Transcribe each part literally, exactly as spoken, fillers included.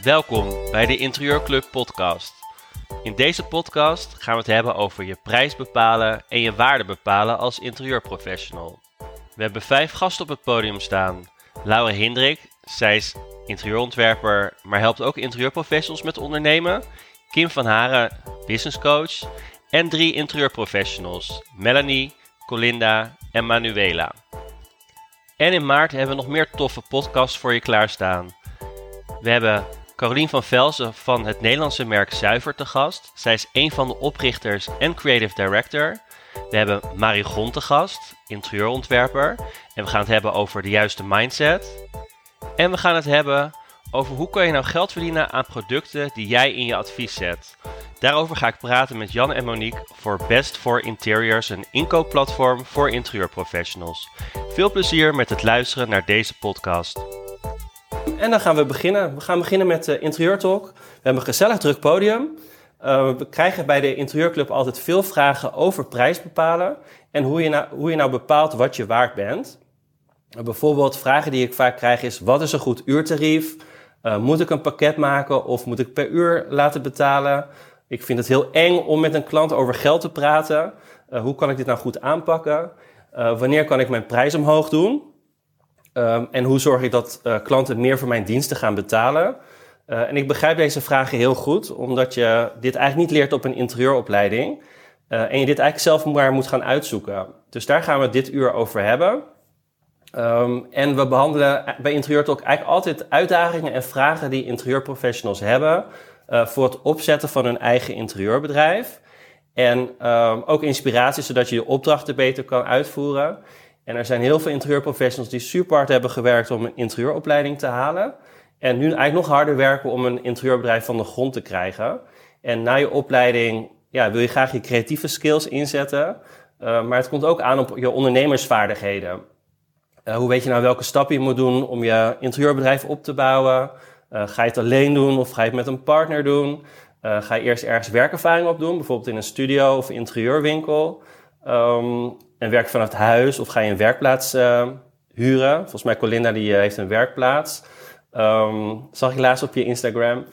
Welkom bij de Interieurclub podcast. In deze podcast gaan we het hebben over je prijs bepalen en je waarde bepalen als interieurprofessional. We hebben vijf gasten op het podium staan. Laura Hindrik, zij is interieurontwerper, maar helpt ook interieurprofessionals met ondernemen. Kim van Haren, business coach. En drie interieurprofessionals, Melanie, Colinda en Manuela. En in maart hebben we nog meer toffe podcasts voor je klaarstaan. We hebben Carolien van Velzen van het Nederlandse merk Zuiver te gast. Zij is een van de oprichters en creative director. We hebben Marigon te gast, interieurontwerper. En we gaan het hebben over de juiste mindset. En we gaan het hebben over hoe kan je nou geld verdienen aan producten die jij in je advies zet. Daarover ga ik praten met Jan en Monique voor Best for Interiors, een inkoopplatform voor interieurprofessionals. Veel plezier met het luisteren naar deze podcast. En dan gaan we beginnen. We gaan beginnen met de Interieurtalk. We hebben een gezellig druk podium. Uh, we krijgen bij de Interieurclub altijd veel vragen over prijs bepalen en hoe je nou, hoe je nou bepaalt wat je waard bent. Uh, bijvoorbeeld vragen die ik vaak krijg is: wat is een goed uurtarief? Uh, moet ik een pakket maken of moet ik per uur laten betalen? Ik vind het heel eng om met een klant over geld te praten. Uh, hoe kan ik dit nou goed aanpakken? Uh, wanneer kan ik mijn prijs omhoog doen? Um, en hoe zorg ik dat uh, klanten meer voor mijn diensten gaan betalen? Uh, en ik begrijp deze vragen heel goed, omdat je dit eigenlijk niet leert op een interieuropleiding. Uh, en je dit eigenlijk zelf maar moet gaan uitzoeken. Dus daar gaan we het dit uur over hebben. Um, en we behandelen bij Interieurtalk eigenlijk altijd uitdagingen en vragen die interieurprofessionals hebben uh, voor het opzetten van hun eigen interieurbedrijf. En um, ook inspiratie, zodat je je opdrachten beter kan uitvoeren. En er zijn heel veel interieurprofessionals die super hard hebben gewerkt om een interieuropleiding te halen. En nu eigenlijk nog harder werken om een interieurbedrijf van de grond te krijgen. En na je opleiding ja, wil je graag je creatieve skills inzetten. Uh, maar het komt ook aan op je ondernemersvaardigheden. Uh, hoe weet je nou welke stappen je moet doen om je interieurbedrijf op te bouwen? Uh, ga je het alleen doen of ga je het met een partner doen? Uh, ga je eerst ergens werkervaring opdoen, bijvoorbeeld in een studio of interieurwinkel? Um, en werk vanaf het huis of ga je een werkplaats uh, huren? Volgens mij Colinda die uh, heeft een werkplaats. Um, zag ik laatst op je Instagram.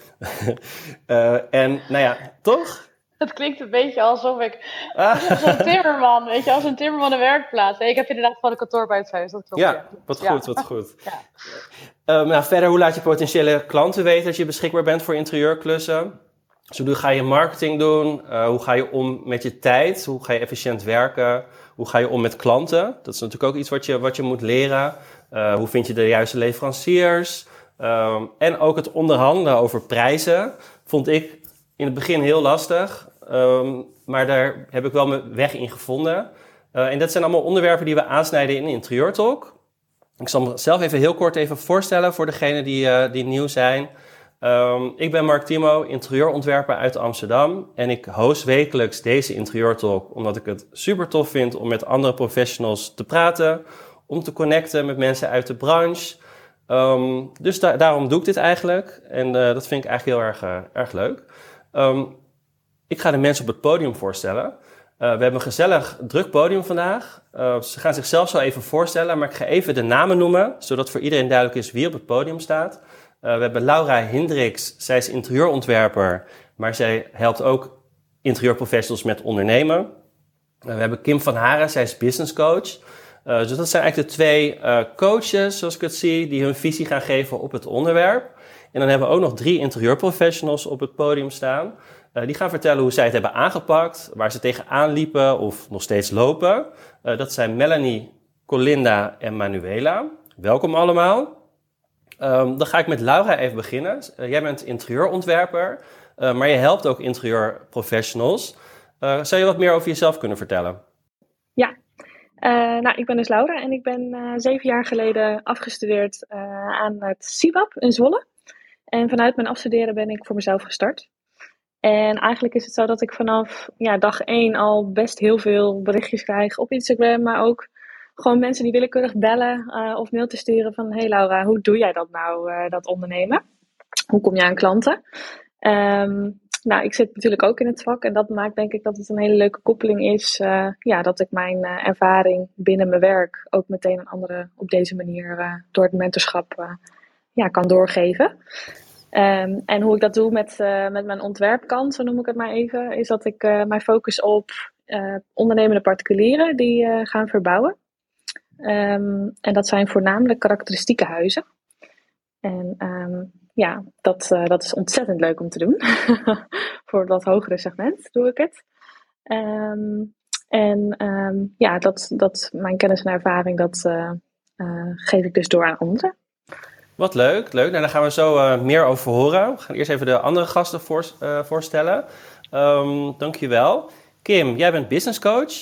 uh, en nou ja, toch? Het klinkt een beetje alsof ik ah. als een timmerman, weet je, als een timmerman een werkplaats. Nee, ik heb inderdaad gewoon een kantoor bij het huis. Dat klopt, ja, ja, wat ja. goed, wat goed. Ja. Um, nou, verder, hoe laat je potentiële klanten weten dat je beschikbaar bent voor interieur-klussen? Dus hoe ga je marketing doen? Uh, hoe ga je om met je tijd? Hoe ga je efficiënt werken? Hoe ga je om met klanten? Dat is natuurlijk ook iets wat je, wat je moet leren. Uh, hoe vind je de juiste leveranciers? Um, en ook het onderhandelen over prijzen vond ik in het begin heel lastig. Um, maar daar heb ik wel mijn weg in gevonden. Uh, en dat zijn allemaal onderwerpen die we aansnijden in Interieurtalk. Ik zal mezelf even heel kort even voorstellen voor degenen die, uh, die nieuw zijn. Um, ik ben Mark Timo, interieurontwerper uit Amsterdam. En ik host wekelijks deze Interieurtalk omdat ik het super tof vind om met andere professionals te praten. Om te connecten met mensen uit de branche. Um, dus da- daarom doe ik dit eigenlijk. En uh, dat vind ik eigenlijk heel erg, uh, erg leuk. Um, ik ga de mensen op het podium voorstellen. Uh, we hebben een gezellig druk podium vandaag. Uh, ze gaan zichzelf zo even voorstellen, maar ik ga even de namen noemen, zodat voor iedereen duidelijk is wie op het podium staat. Uh, we hebben Laura Hindriks, zij is interieurontwerper, maar zij helpt ook interieurprofessionals met ondernemen. Uh, we hebben Kim van Haren, zij is business coach. Uh, dus dat zijn eigenlijk de twee uh, coaches, zoals ik het zie, die hun visie gaan geven op het onderwerp. En dan hebben we ook nog drie interieurprofessionals op het podium staan. Uh, die gaan vertellen hoe zij het hebben aangepakt, waar ze tegenaan liepen of nog steeds lopen. Uh, dat zijn Melanie, Colinda en Manuela. Welkom allemaal. Um, dan ga ik met Laura even beginnen. Uh, jij bent interieurontwerper, uh, maar je helpt ook interieurprofessionals. Uh, zou je wat meer over jezelf kunnen vertellen? Ja, uh, nou, ik ben dus Laura en ik ben uh, zeven jaar geleden afgestudeerd uh, aan het C I B A P in Zwolle. En vanuit mijn afstuderen ben ik voor mezelf gestart. En eigenlijk is het zo dat ik vanaf ja, dag één al best heel veel berichtjes krijg op Instagram, maar ook gewoon mensen die willekeurig bellen uh, of mail te sturen van: hey Laura, hoe doe jij dat nou, uh, dat ondernemen? Hoe kom je aan klanten? Um, nou, ik zit natuurlijk ook in het vak en dat maakt denk ik dat het een hele leuke koppeling is. Uh, ja, dat ik mijn uh, ervaring binnen mijn werk ook meteen aan anderen op deze manier uh, door het mentorschap uh, ja, kan doorgeven. Um, en hoe ik dat doe met, uh, met mijn ontwerpkant, zo noem ik het maar even, is dat ik uh, mij focus op uh, ondernemende particulieren die uh, gaan verbouwen. Um, en dat zijn voornamelijk karakteristieke huizen. En um, ja, dat, uh, dat is ontzettend leuk om te doen. Voor dat hogere segment doe ik het. Um, en um, ja, dat, dat, mijn kennis en ervaring, dat uh, uh, geef ik dus door aan anderen. Wat leuk, leuk. Nou, daar gaan we zo uh, meer over horen. We gaan eerst even de andere gasten voor, uh, voorstellen. Um, dankjewel. Kim, jij bent business coach.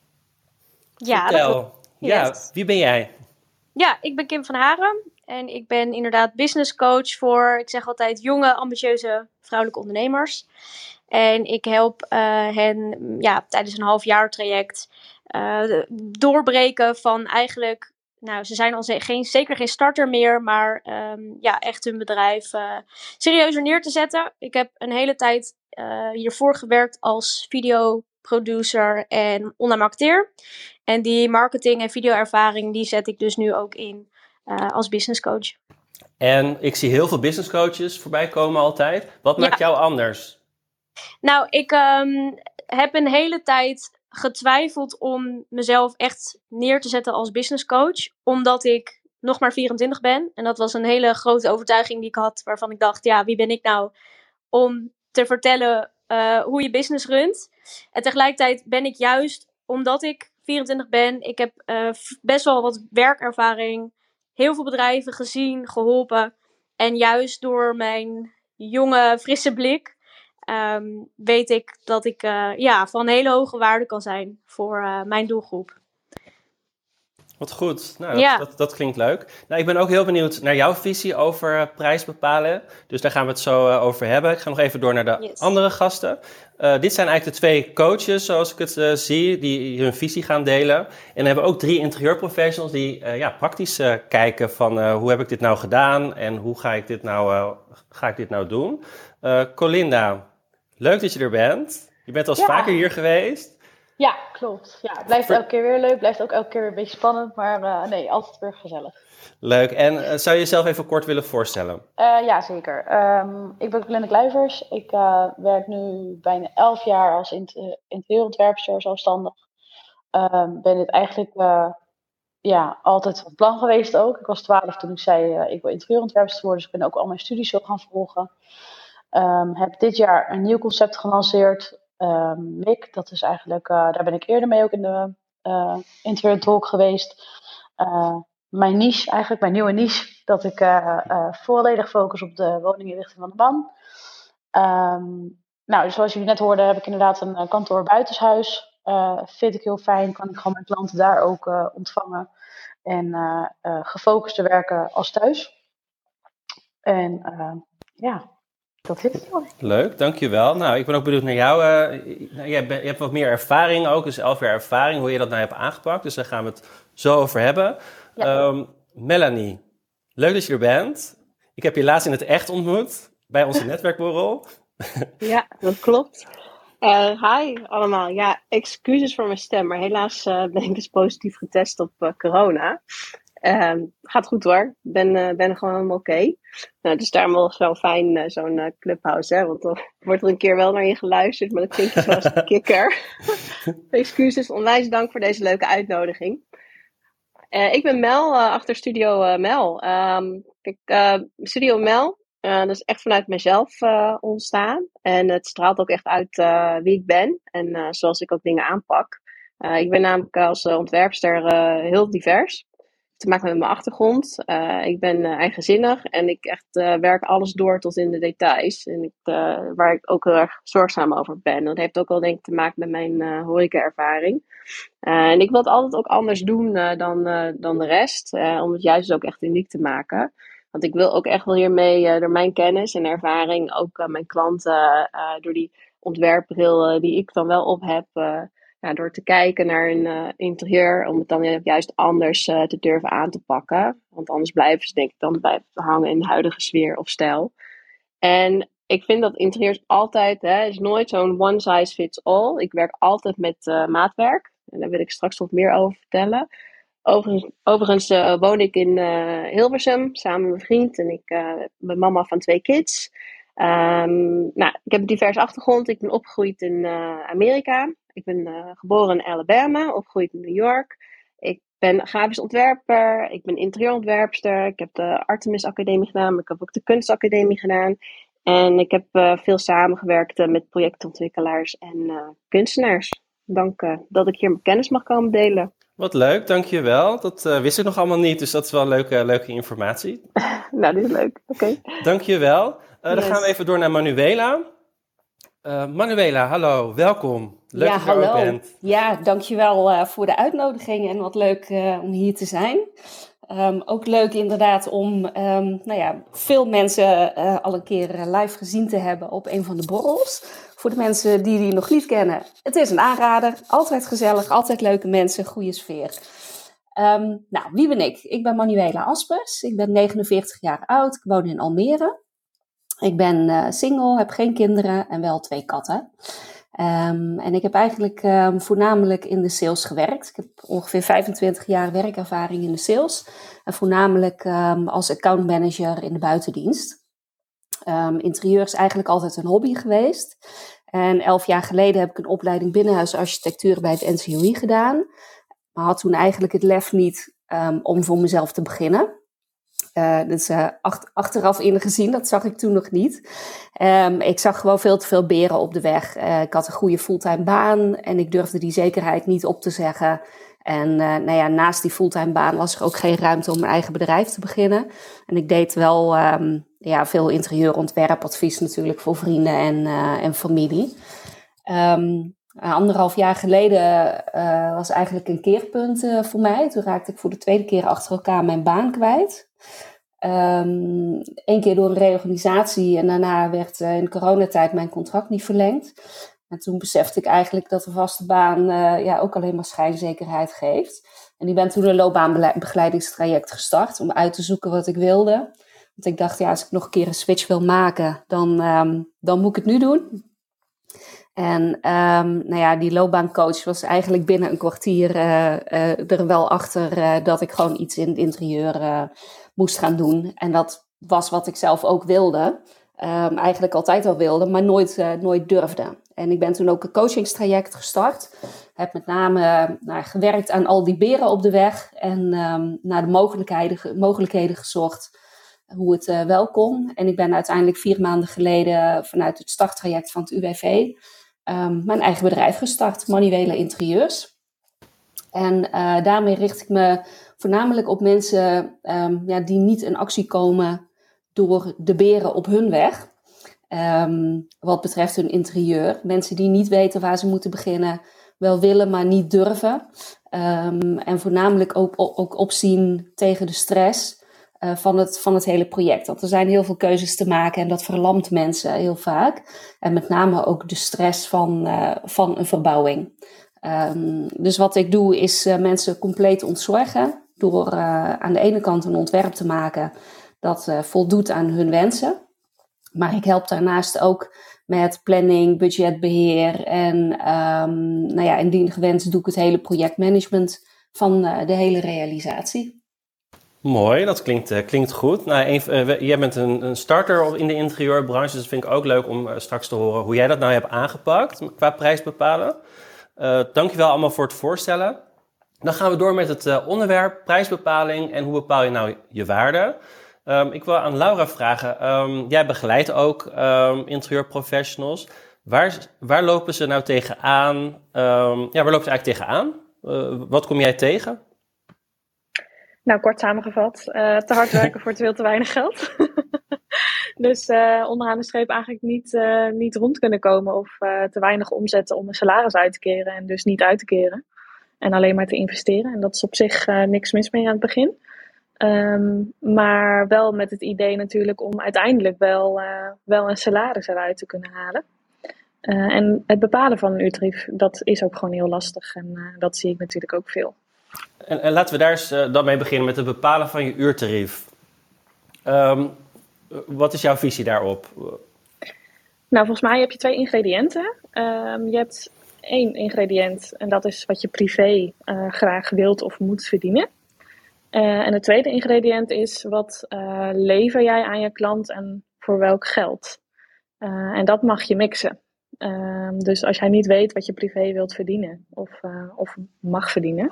Ja, Vertel. dat Ja, yes. Wie ben jij? Ja, ik ben Kim van Haren. En ik ben inderdaad business coach voor, ik zeg altijd, jonge, ambitieuze vrouwelijke ondernemers. En ik help uh, hen ja, tijdens een half jaar traject uh, doorbreken van eigenlijk... Nou, ze zijn al ze- geen, zeker geen starter meer, maar um, ja, echt hun bedrijf uh, serieuzer neer te zetten. Ik heb een hele tijd uh, hiervoor gewerkt als videoproducer en online acteur. En die marketing- en videoervaring, die zet ik dus nu ook in uh, als business coach. En ik zie heel veel business coaches voorbij komen altijd. Wat Ja. maakt jou anders? Nou, ik um, heb een hele tijd getwijfeld om mezelf echt neer te zetten als business coach. Omdat ik nog maar vierentwintig ben. En dat was een hele grote overtuiging die ik had. Waarvan ik dacht, ja, wie ben ik nou om te vertellen uh, hoe je business runt. En tegelijkertijd ben ik juist, omdat ik vierentwintig ben. Ik heb uh, best wel wat werkervaring. Heel veel bedrijven gezien, geholpen. En juist door mijn jonge, frisse blik... Um, weet ik dat ik uh, ja, van hele hoge waarde kan zijn voor uh, mijn doelgroep. Wat goed. Nou, dat, Ja. dat, dat klinkt leuk. Nou, ik ben ook heel benieuwd naar jouw visie over uh, prijs bepalen. Dus daar gaan we het zo uh, over hebben. Ik ga nog even door naar de Yes. andere gasten. Uh, dit zijn eigenlijk de twee coaches, zoals ik het uh, zie, die hun visie gaan delen. En dan hebben we ook drie interieurprofessionals die uh, ja, praktisch uh, kijken van uh, hoe heb ik dit nou gedaan en hoe ga ik dit nou, uh, ga ik dit nou doen. Uh, Colinda, leuk dat je er bent. Je bent al eens Ja. vaker hier geweest. Ja, klopt. Ja, het blijft Ver- elke keer weer leuk. Blijft ook elke keer weer een beetje spannend. Maar uh, nee, altijd weer gezellig. Leuk. En uh, zou je jezelf even kort willen voorstellen? Uh, ja, zeker. Um, ik ben Colinda Kluivers. Ik uh, werk nu bijna elf jaar als inter- interieurontwerpster zelfstandig. Um, ben dit eigenlijk uh, ja, altijd van plan geweest ook. Ik was twaalf toen ik zei, uh, ik wil interieurontwerpster worden. Dus ik ben ook al mijn studies zo gaan volgen. Um, heb dit jaar een nieuw concept gelanceerd. Um, M I C, dat is eigenlijk, uh, daar ben ik eerder mee ook in de uh, Interieur Talk geweest. Uh, mijn niche, eigenlijk mijn nieuwe niche, dat ik uh, uh, volledig focus op de woninginrichting van de man. Um, nou, dus zoals jullie net hoorden, heb ik inderdaad een uh, kantoor buitenshuis. Uh, vind ik heel fijn, kan ik gewoon mijn klanten daar ook uh, ontvangen. En uh, uh, gefocust te werken als thuis. En uh, ja... Dat is het wel. Leuk, dankjewel. Nou, ik ben ook benieuwd naar jou. Uh, nou, je, bent, je hebt wat meer ervaring ook, dus elf jaar ervaring, hoe je dat nou hebt aangepakt. Dus daar gaan we het zo over hebben. Ja. Um, Melanie, leuk dat je er bent. Ik heb je laatst in het echt ontmoet, bij onze netwerkborrel. Ja, dat klopt. Uh, hi allemaal. Ja, excuses voor mijn stem, maar helaas uh, ben ik dus positief getest op uh, corona. Uh, gaat goed hoor. Ik ben, uh, ben gewoon helemaal oké. Okay. Nou, dus daarom wel zo fijn, uh, zo'n uh, clubhouse, hè. Want dan wordt er een keer wel naar je geluisterd, maar dat klinkt je zoals een kikker. Excuses, onwijs dank voor deze leuke uitnodiging. Uh, ik ben Mel, uh, achter Studio uh, Mel. Um, kijk, uh, Studio Mel, uh, dat is echt vanuit mezelf uh, ontstaan. En het straalt ook echt uit uh, wie ik ben en uh, zoals ik ook dingen aanpak. Uh, ik ben namelijk als uh, ontwerpster uh, heel divers. Te maken met mijn achtergrond. Uh, ik ben uh, eigenzinnig en ik echt uh, werk alles door tot in de details. En ik, uh, waar ik ook heel erg zorgzaam over ben. Dat heeft ook wel denk ik te maken met mijn uh, horeca-ervaring. Uh, en ik wil het altijd ook anders doen uh, dan, uh, dan de rest. Uh, om het juist ook echt uniek te maken. Want ik wil ook echt wel hiermee uh, door mijn kennis en ervaring ook uh, mijn klanten uh, door die ontwerpbril uh, die ik dan wel op heb... Uh, Ja, door te kijken naar een uh, interieur, om het dan juist anders uh, te durven aan te pakken. Want anders blijven ze denk ik dan blijven hangen in de huidige sfeer of stijl. En ik vind dat interieurs altijd, hè, is nooit zo'n one size fits all. Ik werk altijd met uh, maatwerk. En daar wil ik straks wat meer over vertellen. Overigens, overigens uh, woon ik in uh, Hilversum samen met mijn vriend en ik uh, ben mama van twee kids. Um, nou, ik heb een diverse achtergrond. Ik ben opgegroeid in uh, Amerika. Ik ben uh, geboren in Alabama, opgegroeid in New York. Ik ben grafisch ontwerper, ik ben interieurontwerpster. Ik heb de Artemis Academie gedaan, maar ik heb ook de Kunstacademie gedaan. En ik heb uh, veel samengewerkt uh, met projectontwikkelaars en uh, kunstenaars. Dank uh, dat ik hier mijn kennis mag komen delen. Wat leuk, dankjewel. Dat uh, wist ik nog allemaal niet, dus dat is wel leuke, leuke informatie. Nou, dit is leuk. Oké. Okay. Dankjewel. Uh, dan yes. gaan we even door naar Manuela. Uh, Manuela, hallo, welkom. Leuk ja, dat je er ook bent. Ja, dankjewel uh, voor de uitnodiging en wat leuk uh, om hier te zijn. Um, ook leuk inderdaad om um, nou ja, veel mensen uh, al een keer live gezien te hebben op een van de borrels. Voor de mensen die die nog niet kennen, het is een aanrader. Altijd gezellig, altijd leuke mensen, goede sfeer. Um, nou, wie ben ik? Ik ben Manuela Aspers. Ik ben negenenveertig jaar oud. Ik woon in Almere. Ik ben uh, single, heb geen kinderen en wel twee katten. Um, en ik heb eigenlijk um, voornamelijk in de sales gewerkt. Ik heb ongeveer vijfentwintig jaar werkervaring in de sales. En voornamelijk um, als accountmanager in de buitendienst. Um, interieur is eigenlijk altijd een hobby geweest. En elf jaar geleden heb ik een opleiding binnenhuisarchitectuur bij het N C O I gedaan. Maar had toen eigenlijk het lef niet um, om voor mezelf te beginnen. Uh, dus uh, ach- achteraf ingezien, dat zag ik toen nog niet. Um, ik zag gewoon veel te veel beren op de weg. Uh, ik had een goede fulltime baan en ik durfde die zekerheid niet op te zeggen. En uh, nou ja, naast die fulltime baan was er ook geen ruimte om mijn eigen bedrijf te beginnen. En ik deed wel um, ja, veel interieurontwerpadvies natuurlijk voor vrienden en, uh, en familie. Um, anderhalf jaar geleden uh, was eigenlijk een keerpunt uh, voor mij. Toen raakte ik voor de tweede keer achter elkaar mijn baan kwijt. Um, Eén keer door een reorganisatie en daarna werd uh, in de coronatijd mijn contract niet verlengd. En toen besefte ik eigenlijk dat een vaste baan uh, ja, ook alleen maar schijnzekerheid geeft. En ik ben toen een loopbaanbegeleidingstraject gestart om uit te zoeken wat ik wilde. Want ik dacht, ja, als ik nog een keer een switch wil maken, dan, um, dan moet ik het nu doen. En um, nou ja, die loopbaancoach was eigenlijk binnen een kwartier uh, uh, er wel achter uh, dat ik gewoon iets in het interieur uh, moest gaan doen. En dat was wat ik zelf ook wilde. Um, eigenlijk altijd al wilde, maar nooit, uh, nooit durfde. En ik ben toen ook een coachingstraject gestart. Heb met name uh, nou, gewerkt aan al die beren op de weg. En um, naar de mogelijkheden, mogelijkheden gezocht hoe het uh, wel kon. En ik ben uiteindelijk vier maanden geleden vanuit het starttraject van het U W V... Um, mijn eigen bedrijf gestart, Manuela Interieurs. En uh, daarmee richt ik me voornamelijk op mensen um, ja, die niet in actie komen door de beren op hun weg. Um, wat betreft hun interieur. Mensen die niet weten waar ze moeten beginnen, wel willen, maar niet durven. Um, en voornamelijk ook, ook opzien tegen de stress Uh, van, het, van het hele project. Want er zijn heel veel keuzes te maken en dat verlamt mensen heel vaak. En met name ook de stress van, uh, van een verbouwing. Um, dus wat ik doe is uh, mensen compleet ontzorgen door uh, aan de ene kant een ontwerp te maken dat uh, voldoet aan hun wensen. Maar ik help daarnaast ook met planning, budgetbeheer en um, nou ja, indien gewenst doe ik het hele projectmanagement van uh, de hele realisatie. Mooi, dat klinkt, uh, klinkt goed. Nou, een, uh, jij bent een, een starter in de interieurbranche, dus dat vind ik ook leuk om uh, straks te horen hoe jij dat nou hebt aangepakt qua prijs bepalen. Uh, dankjewel allemaal voor het voorstellen. Dan gaan we door met het uh, onderwerp prijsbepaling en hoe bepaal je nou je waarde. Um, ik wil aan Laura vragen, um, jij begeleidt ook um, interieurprofessionals. Waar, waar lopen ze nou tegenaan? Um, ja, waar lopen ze eigenlijk tegenaan? Uh, wat kom jij tegen? Nou, kort samengevat, uh, te hard werken voor te veel te weinig geld. Dus uh, onderaan de streep eigenlijk niet, uh, niet rond kunnen komen of uh, te weinig omzetten om een salaris uit te keren en dus niet uit te keren. En alleen maar te investeren. En dat is op zich uh, niks mis mee aan het begin. Um, maar wel met het idee natuurlijk om uiteindelijk wel, uh, wel een salaris eruit te kunnen halen. Uh, en het bepalen van een uurtarief, dat is ook gewoon heel lastig. En uh, dat zie ik natuurlijk ook veel. En, en laten we daar eens uh, dan mee beginnen met het bepalen van je uurtarief. Um, wat is jouw visie daarop? Nou, volgens mij heb je twee ingrediënten. Um, je hebt één ingrediënt en dat is wat je privé uh, graag wilt of moet verdienen. Uh, en het tweede ingrediënt is wat uh, lever jij aan je klant en voor welk geld. Uh, en dat mag je mixen. Uh, dus als jij niet weet wat je privé wilt verdienen of, uh, of mag verdienen,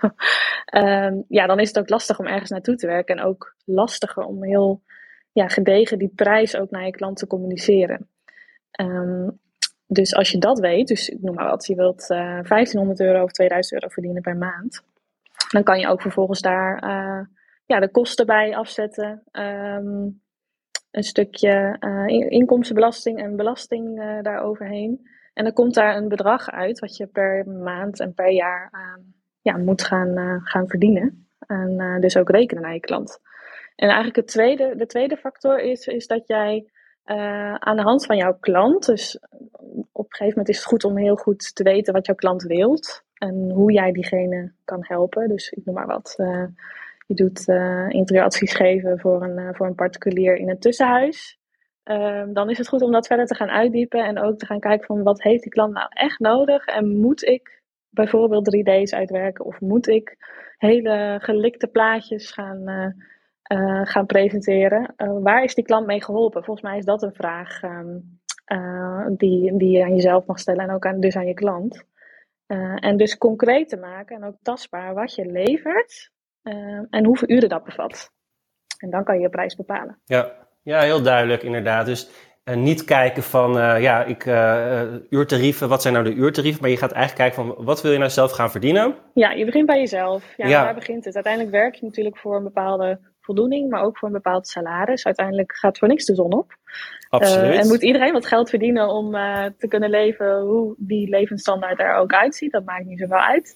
uh, ja, dan is het ook lastig om ergens naartoe te werken en ook lastiger om heel ja, gedegen die prijs ook naar je klant te communiceren. Um, dus als je dat weet, dus ik noem maar wat, je wilt uh, vijftienhonderd euro of tweeduizend euro verdienen per maand, dan kan je ook vervolgens daar uh, ja, de kosten bij afzetten. Um, een stukje uh, inkomstenbelasting en belasting uh, daaroverheen. En dan komt daar een bedrag uit wat je per maand en per jaar uh, ja, moet gaan, uh, gaan verdienen. En uh, dus ook rekenen naar je klant. En eigenlijk het tweede, de tweede factor is, is dat jij uh, aan de hand van jouw klant, dus op een gegeven moment is het goed om heel goed te weten wat jouw klant wilt en hoe jij diegene kan helpen. Dus ik noem maar wat. Uh, je doet uh, interieuradvies geven voor een, uh, voor een particulier in een tussenhuis. Uh, dan is het goed om dat verder te gaan uitdiepen en ook te gaan kijken van wat heeft die klant nou echt nodig en moet ik bijvoorbeeld drie D's uitwerken of moet ik hele gelikte plaatjes gaan, uh, uh, gaan presenteren. Uh, waar is die klant mee geholpen? Volgens mij is dat een vraag um, uh, die, die je aan jezelf mag stellen en ook aan, dus aan je klant. Uh, en dus concreet te maken en ook tastbaar wat je levert uh, en hoeveel uren dat bevat. En dan kan je je prijs bepalen. Ja, ja heel duidelijk inderdaad. Dus uh, niet kijken van, uh, ja, ik, uh, uurtarieven, wat zijn nou de uurtarieven? Maar je gaat eigenlijk kijken van, wat wil je nou zelf gaan verdienen? Ja, je begint bij jezelf. Ja, ja. Daar begint het. Uiteindelijk werk je natuurlijk voor een bepaalde voldoening, maar ook voor een bepaald salaris. Uiteindelijk gaat voor niks de zon op. Absoluut. Uh, en moet iedereen wat geld verdienen om uh, te kunnen leven hoe die levensstandaard er ook uitziet. Dat maakt niet zoveel uit.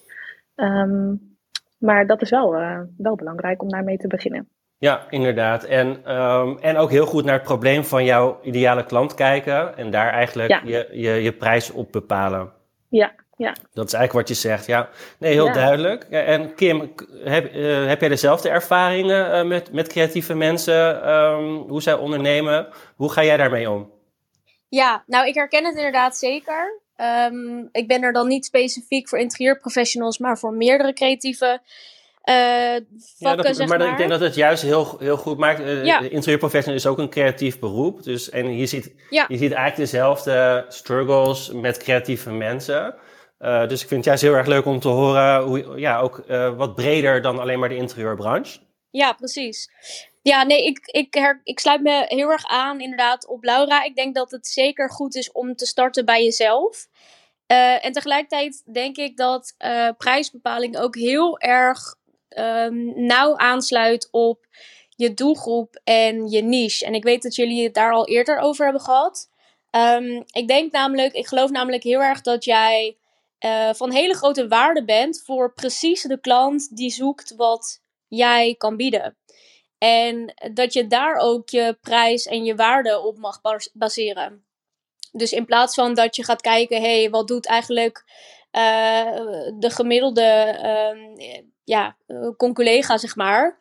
Um, maar dat is wel, uh, wel belangrijk om daarmee te beginnen. Ja, inderdaad. En, um, en ook heel goed naar het probleem van jouw ideale klant kijken. En daar eigenlijk ja. je, je, je prijs op bepalen. Ja, ja. Dat is eigenlijk wat je zegt. Ja, nee, heel ja. duidelijk. Ja, en Kim, heb, uh, heb jij dezelfde ervaringen uh, met, met creatieve mensen? Um, hoe zij ondernemen? Hoe ga jij daarmee om? Ja, nou ik herken het inderdaad zeker. Um, ik ben er dan niet specifiek voor interieurprofessionals, maar voor meerdere creatieve Uh, vakken, ja, dat, zeg maar. maar ik denk dat het juist heel, heel goed maakt. Uh, ja. Interieurprofessional is ook een creatief beroep. Dus, en je ziet, ja. je ziet eigenlijk dezelfde struggles met creatieve mensen. Uh, dus ik vind het juist heel erg leuk om te horen, hoe, ja, ook uh, wat breder dan alleen maar de interieurbranche. Ja, precies. Ja, nee, ik, ik, her, ik sluit me heel erg aan inderdaad op Laura. Ik denk dat het zeker goed is om te starten bij jezelf. Uh, en tegelijkertijd denk ik dat uh, prijsbepaling ook heel erg Um, nauw aansluit op je doelgroep en je niche. En ik weet dat jullie het daar al eerder over hebben gehad. Um, ik denk namelijk, ik geloof namelijk heel erg dat jij uh, van hele grote waarde bent voor precies de klant die zoekt wat jij kan bieden. En dat je daar ook je prijs en je waarde op mag baseren. Dus in plaats van dat je gaat kijken, hé, hey, wat doet eigenlijk uh, de gemiddelde uh, ja, conculega, zeg maar.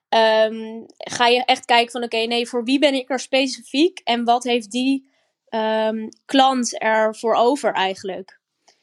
Um, ga je echt kijken van, oké, okay, nee, voor wie ben ik er specifiek? En wat heeft die um, klant er voor over eigenlijk?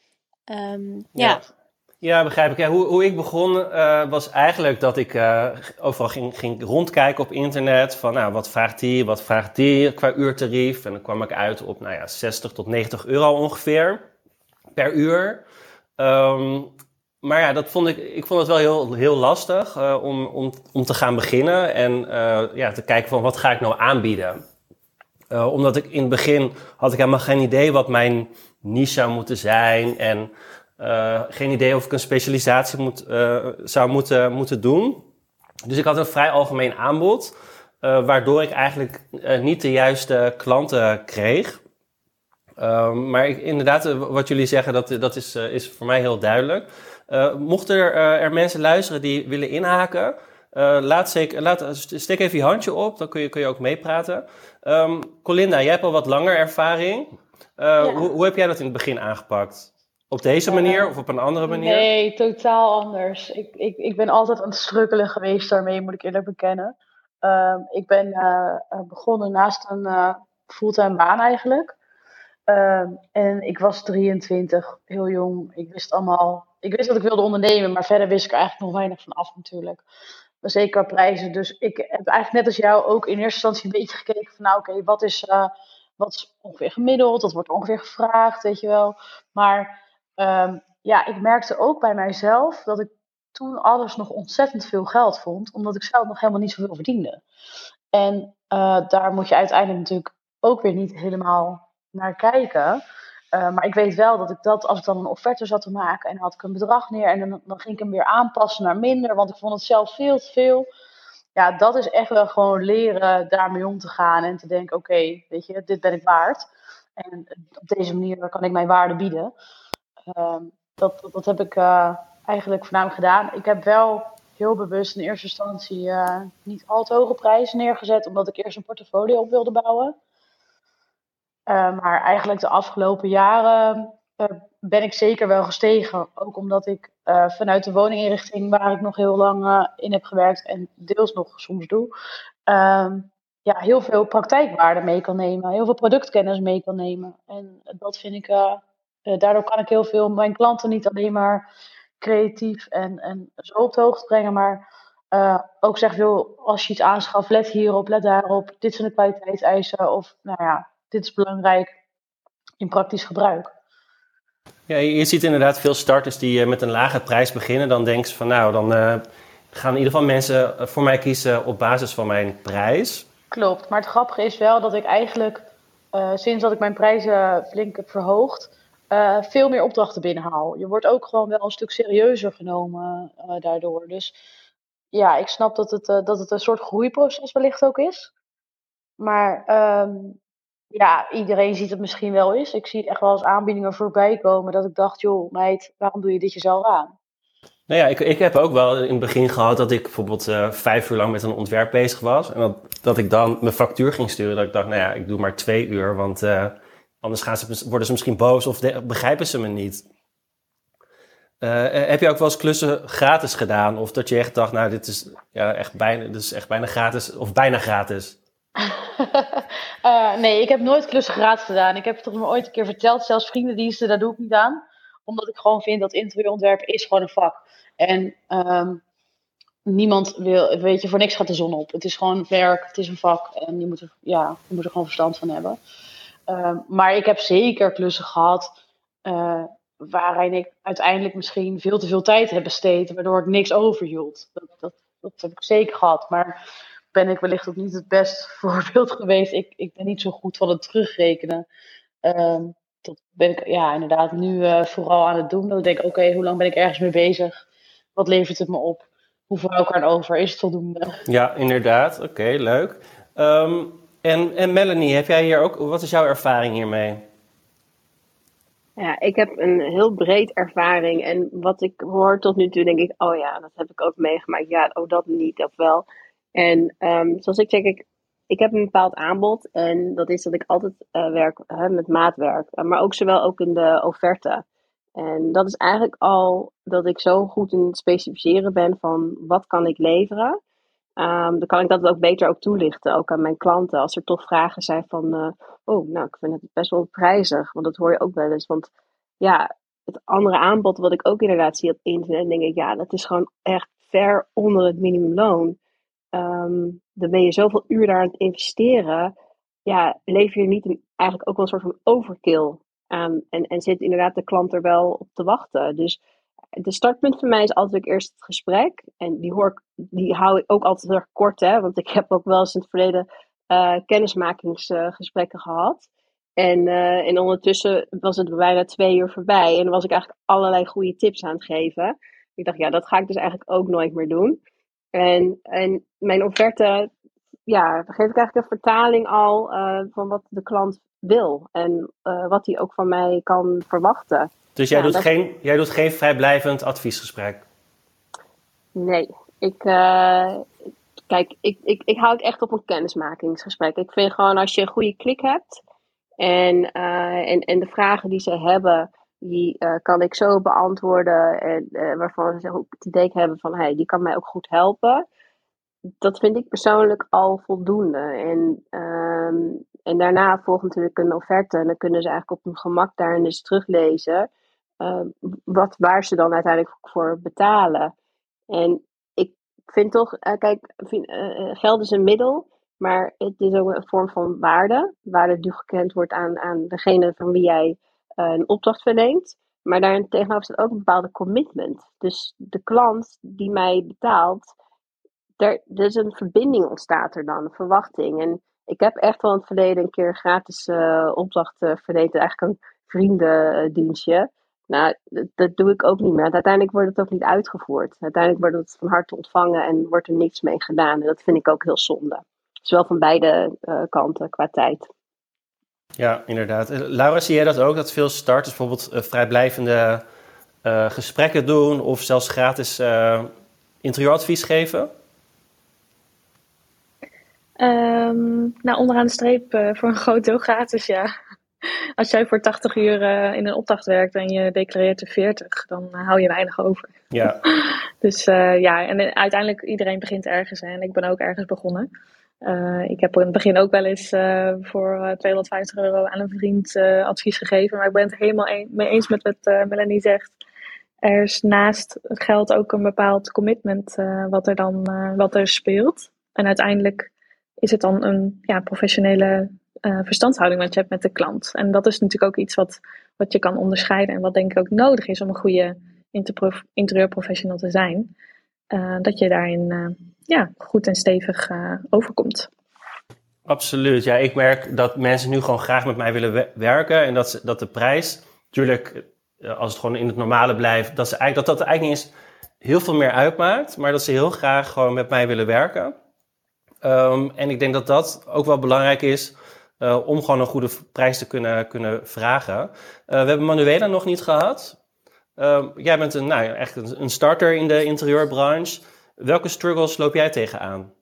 Um, ja. ja. Ja, begrijp ik. Ja, hoe, hoe ik begon uh, was eigenlijk dat ik uh, overal ging, ging rondkijken op internet. Van nou, wat vraagt die, wat vraagt die qua uurtarief. En dan kwam ik uit op nou ja, zestig tot negentig euro ongeveer per uur. Um, maar ja, dat vond ik, ik vond het wel heel, heel lastig uh, om, om, om te gaan beginnen. En uh, ja, te kijken van wat ga ik nou aanbieden. Uh, omdat ik in het begin had ik helemaal geen idee wat mijn niche zou moeten zijn. En Uh, geen idee of ik een specialisatie moet, uh, zou moeten, moeten doen. Dus ik had een vrij algemeen aanbod, uh, waardoor ik eigenlijk uh, niet de juiste klanten kreeg. Uh, maar ik, inderdaad, uh, wat jullie zeggen, dat, dat is, uh, is voor mij heel duidelijk. Uh, mochten er, uh, er mensen luisteren die willen inhaken, uh, laat zeker, laat, steek even je handje op, dan kun je, kun je ook meepraten. Um, Colinda, jij hebt al wat langer ervaring. Uh, ja. hoe, hoe heb jij dat in het begin aangepakt? Op deze manier uh, of op een andere manier? Nee, totaal anders. Ik, ik, ik ben altijd aan het struggelen geweest daarmee, moet ik eerlijk bekennen. Uh, ik ben uh, begonnen naast een uh, fulltime baan eigenlijk. Um, en ik was drieëntwintig, heel jong. Ik wist allemaal, ik wist dat ik wilde ondernemen, maar verder wist ik er eigenlijk nog weinig van af natuurlijk. Maar zeker qua prijzen. Dus ik heb eigenlijk net als jou ook in eerste instantie een beetje gekeken van nou oké, okay, wat is uh, wat is ongeveer gemiddeld? Dat wordt ongeveer gevraagd, weet je wel. Maar um, ja, ik merkte ook bij mijzelf dat ik toen alles nog ontzettend veel geld vond, omdat ik zelf nog helemaal niet zoveel verdiende. En uh, daar moet je uiteindelijk natuurlijk ook weer niet helemaal naar kijken. Uh, maar ik weet wel dat ik dat, als ik dan een offerte zat te maken en had ik een bedrag neer en dan, dan ging ik hem weer aanpassen naar minder, want ik vond het zelf veel te veel. Ja, dat is echt wel gewoon leren daarmee om te gaan en te denken, oké, okay, weet je, dit ben ik waard. En op deze manier kan ik mijn waarde bieden. Uh, dat, dat, dat heb ik uh, eigenlijk voornamelijk gedaan. Ik heb wel heel bewust in eerste instantie uh, niet al te hoge prijzen neergezet, omdat ik eerst een portfolio op wilde bouwen. Uh, maar eigenlijk de afgelopen jaren uh, ben ik zeker wel gestegen. Ook omdat ik uh, vanuit de woninginrichting, waar ik nog heel lang uh, in heb gewerkt en deels nog soms doe, uh, ja, heel veel praktijkwaarde mee kan nemen. Heel veel productkennis mee kan nemen. En dat vind ik, uh, uh, daardoor kan ik heel veel mijn klanten niet alleen maar creatief en, en zo op de hoogte brengen, maar uh, ook zeg veel, als je iets aanschaft, let hierop, let daarop. Dit zijn de kwaliteitseisen of nou ja, dit is belangrijk in praktisch gebruik. Ja, je ziet inderdaad veel starters die uh, met een lage prijs beginnen. Dan denken ze van nou, dan uh, gaan in ieder geval mensen voor mij kiezen op basis van mijn prijs. Klopt, maar het grappige is wel dat ik eigenlijk uh, sinds dat ik mijn prijzen flink heb verhoogd, uh, veel meer opdrachten binnenhaal. Je wordt ook gewoon wel een stuk serieuzer genomen uh, daardoor. Dus ja, ik snap dat het, uh, dat het een soort groeiproces wellicht ook is. Maar um, ja, iedereen ziet het misschien wel eens. Ik zie echt wel eens aanbiedingen voorbij komen dat ik dacht, joh meid, waarom doe je dit jezelf aan? Nou ja, ik, ik heb ook wel in het begin gehad dat ik bijvoorbeeld uh, vijf uur lang met een ontwerp bezig was. En dat, dat ik dan mijn factuur ging sturen. Dat ik dacht, nou ja, ik doe maar twee uur. Want uh, anders gaan ze, worden ze misschien boos of de, begrijpen ze me niet. Uh, heb je ook wel eens klussen gratis gedaan? Of dat je echt dacht, nou, dit is, ja, echt, bijna, dit is echt bijna gratis of bijna gratis? uh, nee, ik heb nooit klussen gratis gedaan. Ik heb het toch maar ooit een keer verteld. Zelfs vriendendiensten, daar doe ik niet aan. Omdat ik gewoon vind dat interieurontwerpen is gewoon een vak. En um, niemand wil, weet je, voor niks gaat de zon op. Het is gewoon werk, het is een vak. En je moet er, ja, je moet er gewoon verstand van hebben. Um, maar ik heb zeker klussen gehad uh, waarin ik uiteindelijk misschien veel te veel tijd heb besteed. Waardoor ik niks overhield. Dat, dat, dat heb ik zeker gehad. Maar ben ik wellicht ook niet het best voorbeeld geweest. Ik, ik ben niet zo goed van het terugrekenen. Um, dat ben ik ja, inderdaad nu uh, vooral aan het doen. Dan denk ik, oké, okay, hoe lang ben ik ergens mee bezig? Wat levert het me op? Hoeveel hou ik er aan over? Is het voldoende? Ja, inderdaad. Oké, okay, leuk. Um, en, en Melanie, heb jij hier ook, wat is jouw ervaring hiermee? Ja, ik heb een heel breed ervaring. En wat ik hoor tot nu toe, denk ik, oh ja, dat heb ik ook meegemaakt. Ja, oh dat niet, of wel. En um, zoals ik zeg, ik, ik heb een bepaald aanbod. En dat is dat ik altijd uh, werk hè, met maatwerk. Uh, maar ook zowel ook in de offerte. En dat is eigenlijk al dat ik zo goed in het specificeren ben van wat kan ik leveren. Um, dan kan ik dat ook beter ook toelichten, ook aan mijn klanten. Als er toch vragen zijn van, uh, oh, nou, ik vind het best wel prijzig. Want dat hoor je ook wel eens. Want ja, het andere aanbod wat ik ook inderdaad zie op internet, denk ik, ja, dat is gewoon echt ver onder het minimumloon. Um, dan ben je zoveel uur daar aan het investeren. Ja, lever je niet een, eigenlijk ook wel een soort van overkill aan. En, en zit inderdaad de klant er wel op te wachten. Dus de startpunt voor mij is altijd ook eerst het gesprek. En die, hoor ik, die hou ik ook altijd heel erg kort. Hè? Want ik heb ook wel eens in het verleden uh, kennismakingsgesprekken uh, gehad. En, uh, en ondertussen was het bijna twee uur voorbij. En dan was ik eigenlijk allerlei goede tips aan het geven. Ik dacht, ja, dat ga ik dus eigenlijk ook nooit meer doen. En, en mijn offerte, ja, dan geef ik eigenlijk een vertaling al uh, van wat de klant wil. En uh, wat hij ook van mij kan verwachten. Dus jij, ja, doet dat... geen, jij doet geen vrijblijvend adviesgesprek? Nee, ik, uh, kijk, ik, ik, ik hou het echt op een kennismakingsgesprek. Ik vind gewoon als je een goede klik hebt en, uh, en, en de vragen die ze hebben, die uh, kan ik zo beantwoorden en uh, waarvan ze ook het idee hebben van, hey, die kan mij ook goed helpen. dat vind ik persoonlijk al voldoende. En, um, en daarna volgt natuurlijk een offerte. En dan kunnen ze eigenlijk op hun gemak daarin eens teruglezen. Uh, wat, waar ze dan uiteindelijk voor betalen. En ik vind toch, uh, kijk, vind, uh, geld is een middel. Maar het is ook een vorm van waarde. Waarde die gekend wordt aan, aan degene van wie jij uh, een opdracht verleent. Maar daarin tegenover staat ook een bepaalde commitment. Dus de klant die mij betaalt, er, dus een verbinding ontstaat er dan, een verwachting. En ik heb echt wel in het verleden een keer een gratis uh, opdracht uh, verleend, eigenlijk een vriendendienstje. Nou, dat, dat doe ik ook niet meer. Uiteindelijk wordt het ook niet uitgevoerd. Uiteindelijk wordt het van harte ontvangen en wordt er niks mee gedaan. En dat vind ik ook heel zonde. Zowel van beide uh, kanten qua tijd. Ja, inderdaad. Laura, zie jij dat ook? Dat veel starters bijvoorbeeld uh, vrijblijvende uh, gesprekken doen of zelfs gratis uh, interieuradvies geven? Um, nou, onderaan de streep uh, voor een groot deel gratis, ja. Als jij voor tachtig uur uh, in een opdracht werkt en je declareert er veertig, dan uh, hou je weinig over. Ja. Dus uh, ja, en uiteindelijk iedereen begint ergens. Hè, en ik ben ook ergens begonnen. Uh, ik heb in het begin ook wel eens uh, voor uh, tweehonderdvijftig euro aan een vriend uh, advies gegeven. Maar ik ben het helemaal een, mee eens met wat uh, Melanie zegt. Er is naast het geld ook een bepaald commitment uh, wat er dan uh, wat er speelt. En uiteindelijk is het dan een ja, professionele uh, verstandshouding wat je hebt met de klant. En dat is natuurlijk ook iets wat, wat je kan onderscheiden. En wat denk ik ook nodig is om een goede interprof- interieurprofessional te zijn. Uh, dat je daarin uh, ja, goed en stevig uh, overkomt. Absoluut. Ja, ik merk dat mensen nu gewoon graag met mij willen we- werken. En dat, ze, dat de prijs, natuurlijk, als het gewoon in het normale blijft, dat, ze eigenlijk, dat dat eigenlijk niet eens heel veel meer uitmaakt. Maar dat ze heel graag gewoon met mij willen werken. Um, en ik denk dat dat ook wel belangrijk is uh, om gewoon een goede prijs te kunnen, kunnen vragen. Uh, we hebben Manuela nog niet gehad. Uh, jij bent een, nou, echt een, een starter in de interieurbranche. Welke struggles loop jij tegenaan?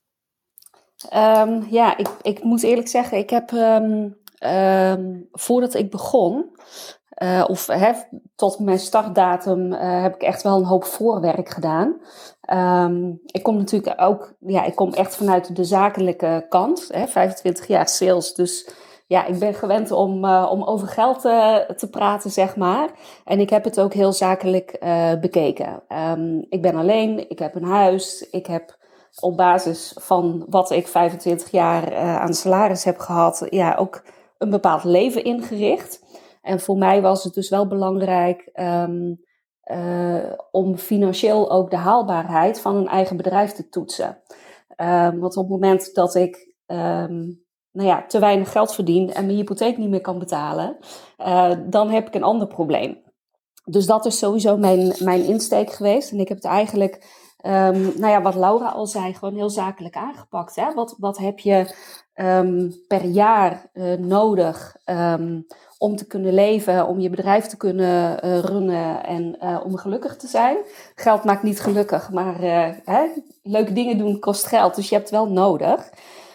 Um, ja, ik, ik moet eerlijk zeggen, ik heb um, um, voordat ik begon, uh, of hè, tot mijn startdatum, uh, heb ik echt wel een hoop voorwerk gedaan. Um, ik kom natuurlijk ook, ja, ik kom echt vanuit de zakelijke kant, hè, vijfentwintig jaar sales, dus ja, ik ben gewend om, uh, om over geld uh, te praten, zeg maar. En ik heb het ook heel zakelijk uh, bekeken. Um, ik ben alleen, ik heb een huis, ik heb op basis van wat ik vijfentwintig jaar uh, aan salaris heb gehad, ja, ook een bepaald leven ingericht. En voor mij was het dus wel belangrijk um, uh, om financieel ook de haalbaarheid van een eigen bedrijf te toetsen. Um, want op het moment dat ik um, nou ja, te weinig geld verdien en mijn hypotheek niet meer kan betalen, uh, dan heb ik een ander probleem. Dus dat is sowieso mijn, mijn insteek geweest. En ik heb het eigenlijk, um, nou ja, wat Laura al zei, gewoon heel zakelijk aangepakt. Hè? Wat, wat heb je um, per jaar uh, nodig um, om te kunnen leven, om je bedrijf te kunnen uh, runnen en uh, om gelukkig te zijn? Geld maakt niet gelukkig, maar uh, hè, leuke dingen doen kost geld. Dus je hebt het wel nodig.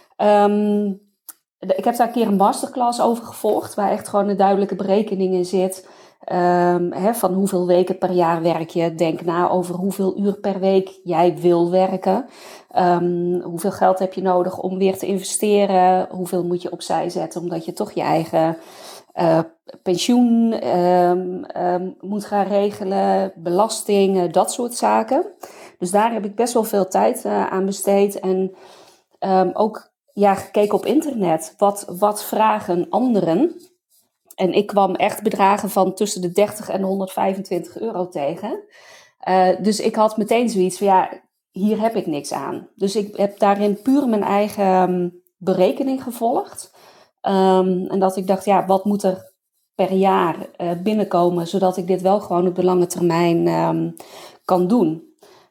Um, ik heb daar een keer een masterclass over gevolgd, waar echt gewoon een duidelijke berekening in zit. Um, he, van hoeveel weken per jaar werk je. Denk na over hoeveel uur per week jij wil werken. Um, hoeveel geld heb je nodig om weer te investeren. Hoeveel moet je opzij zetten omdat je toch je eigen uh, pensioen um, um, moet gaan regelen. Belastingen, dat soort zaken. Dus daar heb ik best wel veel tijd uh, aan besteed. En um, ook ja, gekeken op internet. Wat, wat vragen anderen? En ik kwam echt bedragen van tussen de dertig en honderdvijfentwintig euro tegen. Uh, dus ik had meteen zoiets van, ja, hier heb ik niks aan. Dus ik heb daarin puur mijn eigen um, berekening gevolgd. Um, en dat ik dacht, ja, wat moet er per jaar uh, binnenkomen, zodat ik dit wel gewoon op de lange termijn um, kan doen.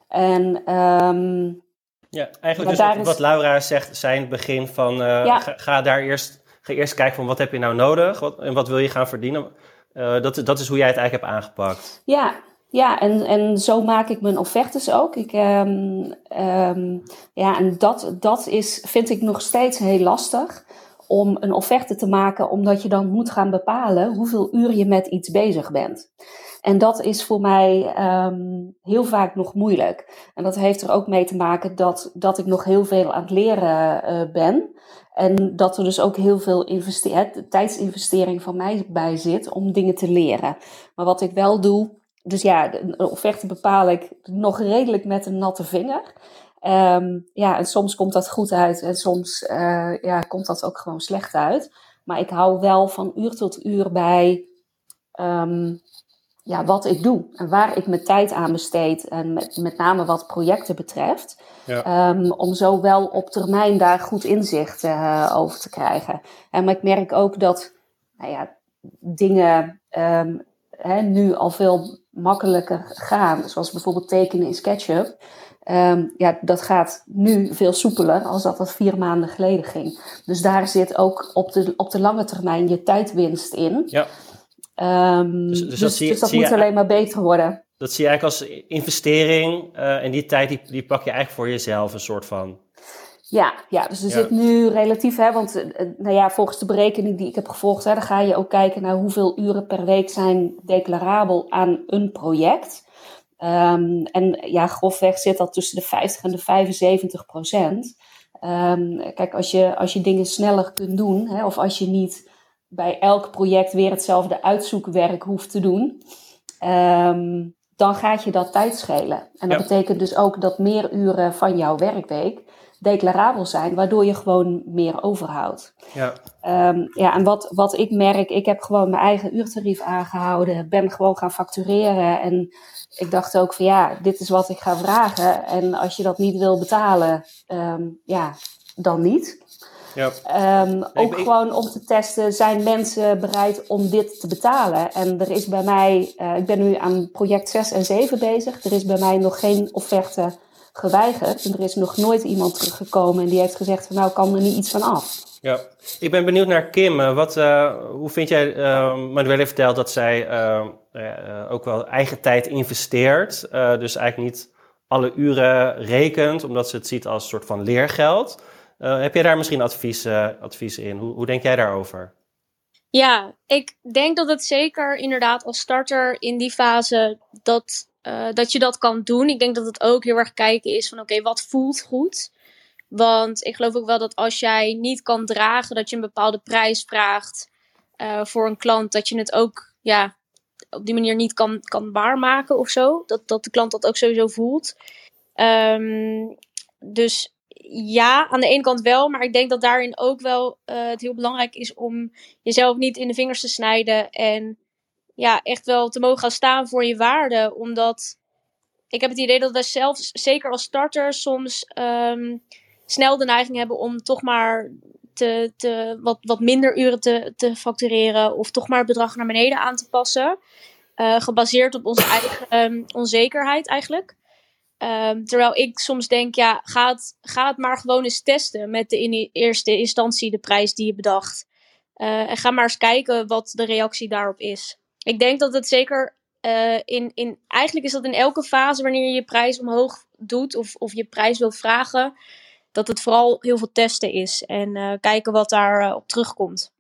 En um, ja, eigenlijk dus wat, is... wat Laura zegt, zijn het begin van, uh, ja. ga, ga daar eerst... Ga eerst kijken van wat heb je nou nodig wat, en wat wil je gaan verdienen. Uh, dat, dat is hoe jij het eigenlijk hebt aangepakt. Ja, ja en, en zo maak ik mijn offertes ook. Ik, um, um, ja, en dat, dat is, vind ik nog steeds heel lastig om een offerte te maken, omdat je dan moet gaan bepalen hoeveel uur je met iets bezig bent. En dat is voor mij um, heel vaak nog moeilijk. En dat heeft er ook mee te maken dat, dat ik nog heel veel aan het leren uh, ben. En dat er dus ook heel veel investe- tijdsinvestering van mij bij zit om dingen te leren. Maar wat ik wel doe, dus ja, de offerte bepaal ik nog redelijk met een natte vinger. Um, ja, en soms komt dat goed uit en soms uh, ja, komt dat ook gewoon slecht uit. Maar ik hou wel van uur tot uur bij um, ja, wat ik doe en waar ik mijn tijd aan besteed. En met, met name wat projecten betreft. Ja. Um, om zo wel op termijn daar goed inzicht uh, over te krijgen. En maar ik merk ook dat nou ja, dingen um, hè, nu al veel makkelijker gaan. Zoals bijvoorbeeld tekenen in SketchUp. Um, ja, dat gaat nu veel soepeler als dat dat vier maanden geleden ging. Dus daar zit ook op de, op de lange termijn je tijdwinst in. Ja. Um, dus, dus, dus dat, zie, dus dat zie moet je, alleen maar beter worden. Dat zie je eigenlijk als investering. Uh, en die tijd die, die pak je eigenlijk voor jezelf een soort van. Ja, ja, dus er ja. zit nu relatief, hè, want uh, nou ja, volgens de berekening die ik heb gevolgd, hè, dan ga je ook kijken naar hoeveel uren per week zijn declarabel aan een project. Um, en ja, grofweg zit dat tussen de vijftig en de vijfenzeventig procent. Um, kijk, als je, als je dingen sneller kunt doen, hè, of als je niet bij elk project weer hetzelfde uitzoekwerk hoeft te doen, um, dan gaat je dat tijd schelen. En dat ja. betekent dus ook dat meer uren van jouw werkweek declarabel zijn, waardoor je gewoon meer overhoudt. Ja, um, ja en wat, wat ik merk, ik heb gewoon mijn eigen uurtarief aangehouden, ben gewoon gaan factureren en ik dacht ook van ja, dit is wat ik ga vragen en als je dat niet wil betalen, um, ja, dan niet. Ja. Um, ook ik, ik... gewoon om te testen, zijn mensen bereid om dit te betalen? En er is bij mij, uh, ik ben nu aan project zes en zeven bezig, er is bij mij nog geen offerte geweigerd. En er is nog nooit iemand teruggekomen en die heeft gezegd van nou, kan er niet iets van af. Ja, ik ben benieuwd naar Kim. Wat, uh, hoe vind jij, uh, Manuelle heeft verteld dat zij uh, uh, ook wel eigen tijd investeert. Uh, dus eigenlijk niet alle uren rekent, omdat ze het ziet als een soort van leergeld. Uh, heb jij daar misschien advies, uh, advies in? Hoe, hoe denk jij daarover? Ja, ik denk dat het zeker inderdaad als starter in die fase dat, uh, dat je dat kan doen. Ik denk dat het ook heel erg kijken is van oké, okay, wat voelt goed? Want ik geloof ook wel dat als jij niet kan dragen dat je een bepaalde prijs vraagt uh, voor een klant, dat je het ook ja, op die manier niet kan, kan waarmaken of zo. Dat, dat de klant dat ook sowieso voelt. Um, dus ja, aan de ene kant wel, maar ik denk dat daarin ook wel uh, het heel belangrijk is om jezelf niet in de vingers te snijden en ja, echt wel te mogen gaan staan voor je waarde. Omdat ik heb het idee dat wij zelf, zeker als starter, soms um, snel de neiging hebben om toch maar te, te, wat, wat minder uren te, te factureren of toch maar het bedrag naar beneden aan te passen. Uh, gebaseerd op onze eigen um, onzekerheid eigenlijk. Um, terwijl ik soms denk, ja, ga het, ga het maar gewoon eens testen met de in eerste instantie de prijs die je bedacht. Uh, en ga maar eens kijken wat de reactie daarop is. Ik denk dat het zeker uh, in, in, eigenlijk is dat in elke fase wanneer je je prijs omhoog doet of, of je prijs wil vragen, dat het vooral heel veel testen is en uh, kijken wat daar uh, op terugkomt.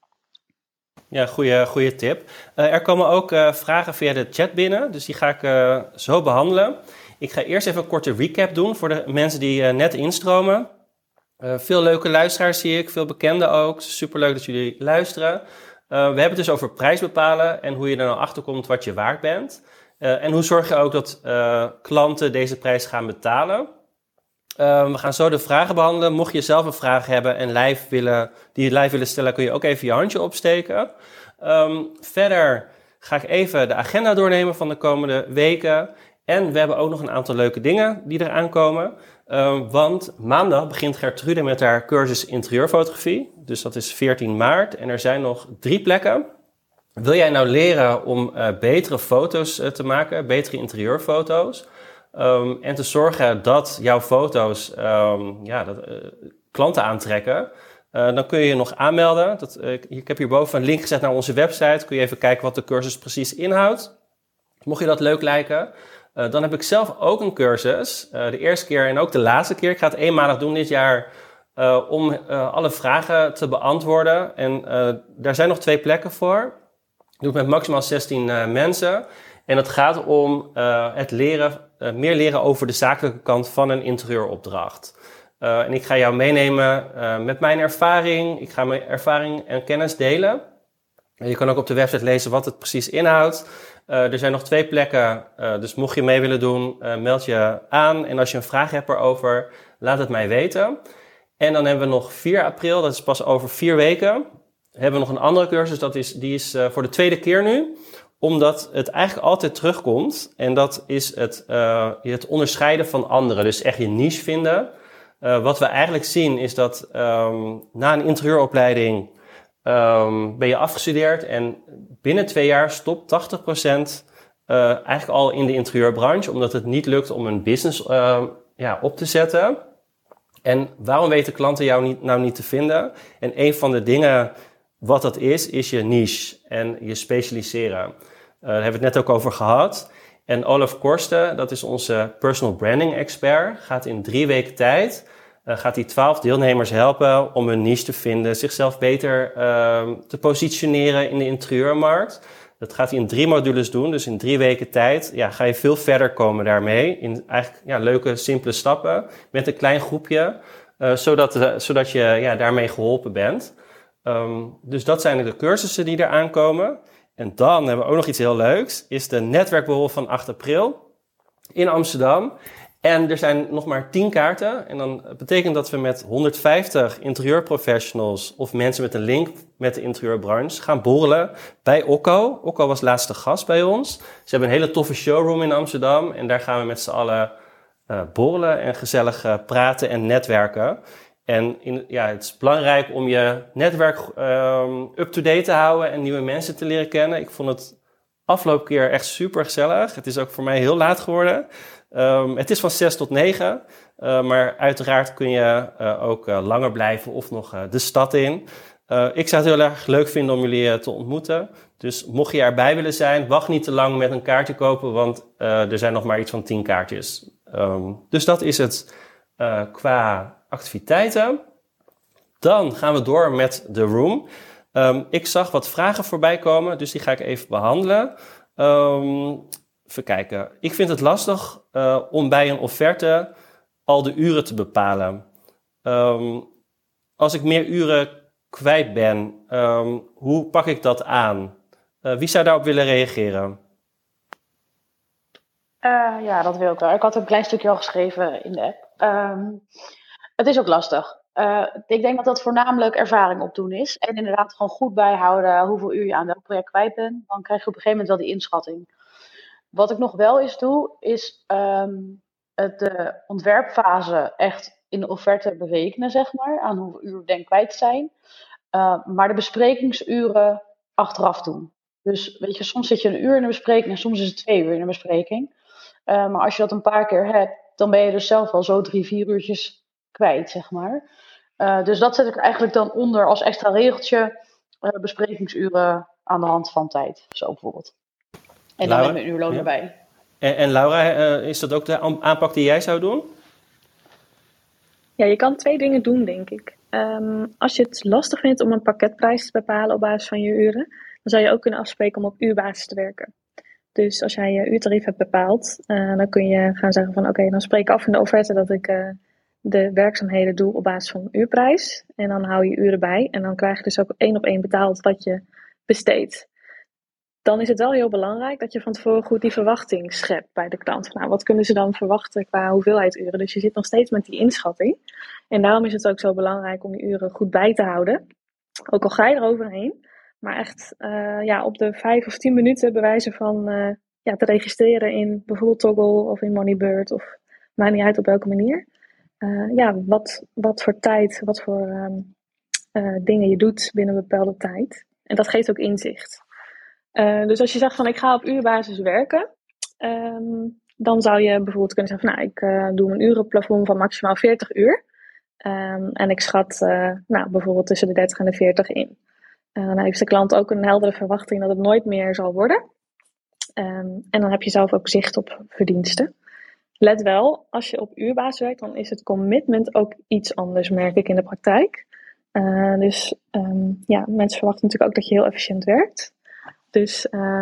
Ja, goede, goede tip. Uh, er komen ook uh, vragen via de chat binnen, dus die ga ik uh, zo behandelen. Ik ga eerst even een korte recap doen voor de mensen die uh, net instromen. Uh, veel leuke luisteraars zie ik, veel bekenden ook. Superleuk dat jullie luisteren. Uh, we hebben het dus over prijs bepalen en hoe je er nou achter komt wat je waard bent. Uh, en hoe zorg je ook dat uh, klanten deze prijs gaan betalen. Uh, we gaan zo de vragen behandelen. Mocht je zelf een vraag hebben en live willen, die je live willen stellen, kun je ook even je handje opsteken. Um, verder ga ik even de agenda doornemen van de komende weken. En we hebben ook nog een aantal leuke dingen die eraan komen. Uh, want maandag begint Gertrude met haar cursus interieurfotografie. Dus dat is veertien maart en er zijn nog drie plekken. Wil jij nou leren om uh, betere foto's uh, te maken, betere interieurfoto's? Um, en te zorgen dat jouw foto's um, ja, dat, uh, klanten aantrekken, uh, dan kun je je nog aanmelden. Dat, uh, ik heb hierboven een link gezet naar onze website. Kun je even kijken wat de cursus precies inhoudt. Mocht je dat leuk lijken, uh, dan heb ik zelf ook een cursus. Uh, de eerste keer en ook de laatste keer. Ik ga het eenmalig doen dit jaar uh, om uh, alle vragen te beantwoorden. En uh, daar zijn nog twee plekken voor. Ik doe het met maximaal zestien uh, mensen. En het gaat om uh, het leren, uh, meer leren over de zakelijke kant van een interieuropdracht. Uh, en ik ga jou meenemen uh, met mijn ervaring. Ik ga mijn ervaring en kennis delen. En je kan ook op de website lezen wat het precies inhoudt. Uh, er zijn nog twee plekken, uh, dus mocht je mee willen doen, uh, meld je aan. En als je een vraag hebt erover, laat het mij weten. En dan hebben we nog vier april, dat is pas over vier weken. Hebben we nog een andere cursus, dat is, die is uh, voor de tweede keer nu. Omdat het eigenlijk altijd terugkomt. En dat is het, uh, het onderscheiden van anderen. Dus echt je niche vinden. Uh, wat we eigenlijk zien is dat um, na een interieuropleiding um, ben je afgestudeerd. En binnen twee jaar stopt tachtig procent uh, eigenlijk al in de interieurbranche. Omdat het niet lukt om een business uh, ja, op te zetten. En waarom weten klanten jou niet, nou niet te vinden? En een van de dingen wat dat is, is je niche en je specialiseren. Uh, daar hebben we het net ook over gehad. En Olaf Korsten, dat is onze personal branding expert, gaat in drie weken tijd uh, gaat hij twaalf deelnemers helpen om hun niche te vinden, zichzelf beter uh, te positioneren in de interieurmarkt. Dat gaat hij in drie modules doen, dus in drie weken tijd ja, ga je veel verder komen daarmee. In eigenlijk ja, leuke, simpele stappen met een klein groepje, uh, zodat, uh, zodat je ja, daarmee geholpen bent. Um, dus dat zijn de cursussen die eraan komen. En dan hebben we ook nog iets heel leuks, is de netwerkborrel van acht april in Amsterdam. En er zijn nog maar tien kaarten. En dan betekent dat we met honderdvijftig interieurprofessionals of mensen met een link met de interieurbranche gaan borrelen bij Okko. Okko was laatste gast bij ons. Ze hebben een hele toffe showroom in Amsterdam. En daar gaan we met z'n allen uh, borrelen en gezellig uh, praten en netwerken. En in, ja, het is belangrijk om je netwerk um, up-to-date te houden en nieuwe mensen te leren kennen. Ik vond het afgelopen keer echt super gezellig. Het is ook voor mij heel laat geworden. Um, het is van zes tot negen, uh, maar uiteraard kun je uh, ook uh, langer blijven of nog uh, de stad in. Uh, ik zou het heel erg leuk vinden om jullie uh, te ontmoeten. Dus mocht je erbij willen zijn, wacht niet te lang met een kaartje kopen, want uh, er zijn nog maar iets van tien kaartjes. Um, dus dat is het uh, qua activiteiten. Dan gaan we door met The Room. Um, ik zag wat vragen voorbij komen, dus die ga ik even behandelen. Um, even kijken. Ik vind het lastig uh, om bij een offerte al de uren te bepalen. Um, als ik meer uren kwijt ben, um, hoe pak ik dat aan? Uh, wie zou daarop willen reageren? Uh, ja, dat wil ik wel. Ik had een klein stukje al geschreven in de app. Um, het is ook lastig. Uh, ik denk dat dat voornamelijk ervaring opdoen is. En inderdaad gewoon goed bijhouden hoeveel uur je aan welk project kwijt bent. Dan krijg je op een gegeven moment wel die inschatting. Wat ik nog wel eens doe, is um, de ontwerpfase echt in de offerte berekenen, zeg maar. Aan hoeveel uur denk kwijt zijn. Uh, maar de besprekingsuren achteraf doen. Dus weet je, soms zit je een uur in de bespreking en soms is het twee uur in de bespreking. Uh, maar als je dat een paar keer hebt, dan ben je dus zelf wel zo drie, vier uurtjes kwijt, zeg maar. Uh, dus dat zet ik eigenlijk dan onder als extra regeltje. Uh, besprekingsuren aan de hand van tijd, zo bijvoorbeeld. En Laura, dan met mijn uurloon ja. erbij. En, en Laura, uh, is dat ook de aanpak die jij zou doen? Ja, je kan twee dingen doen, denk ik. Um, als je het lastig vindt om een pakketprijs te bepalen op basis van je uren, dan zou je ook kunnen afspreken om op uurbasis te werken. Dus als jij je uurtarief hebt bepaald, uh, dan kun je gaan zeggen van oké, okay, dan spreek ik af in de offerte dat ik uh, de werkzaamheden doe op basis van uurprijs. En dan hou je uren bij en dan krijg je dus ook één op één betaald wat je besteedt. Dan is het wel heel belangrijk dat je van tevoren goed die verwachting schept bij de klant. Nou, wat kunnen ze dan verwachten qua hoeveelheid uren? Dus je zit nog steeds met die inschatting. En daarom is het ook zo belangrijk om die uren goed bij te houden. Ook al ga je eroverheen. Maar echt uh, ja, op de vijf of tien minuten bewijzen van uh, ja, te registreren in bijvoorbeeld Toggl of in Moneybird. Of maakt niet uit op welke manier. Uh, ja, wat, wat voor tijd, wat voor um, uh, dingen je doet binnen een bepaalde tijd. En dat geeft ook inzicht. Uh, dus als je zegt van ik ga op uurbasis werken, um, dan zou je bijvoorbeeld kunnen zeggen van nou ik uh, doe een urenplafond van maximaal veertig uur. Um, en ik schat uh, nou, bijvoorbeeld tussen de dertig en de veertig in. Uh, dan heeft de klant ook een heldere verwachting dat het nooit meer zal worden. Um, en dan heb je zelf ook zicht op verdiensten. Let wel, als je op uurbasis werkt, dan is het commitment ook iets anders, merk ik in de praktijk. Uh, dus um, ja, mensen verwachten natuurlijk ook dat je heel efficiënt werkt. Dus uh,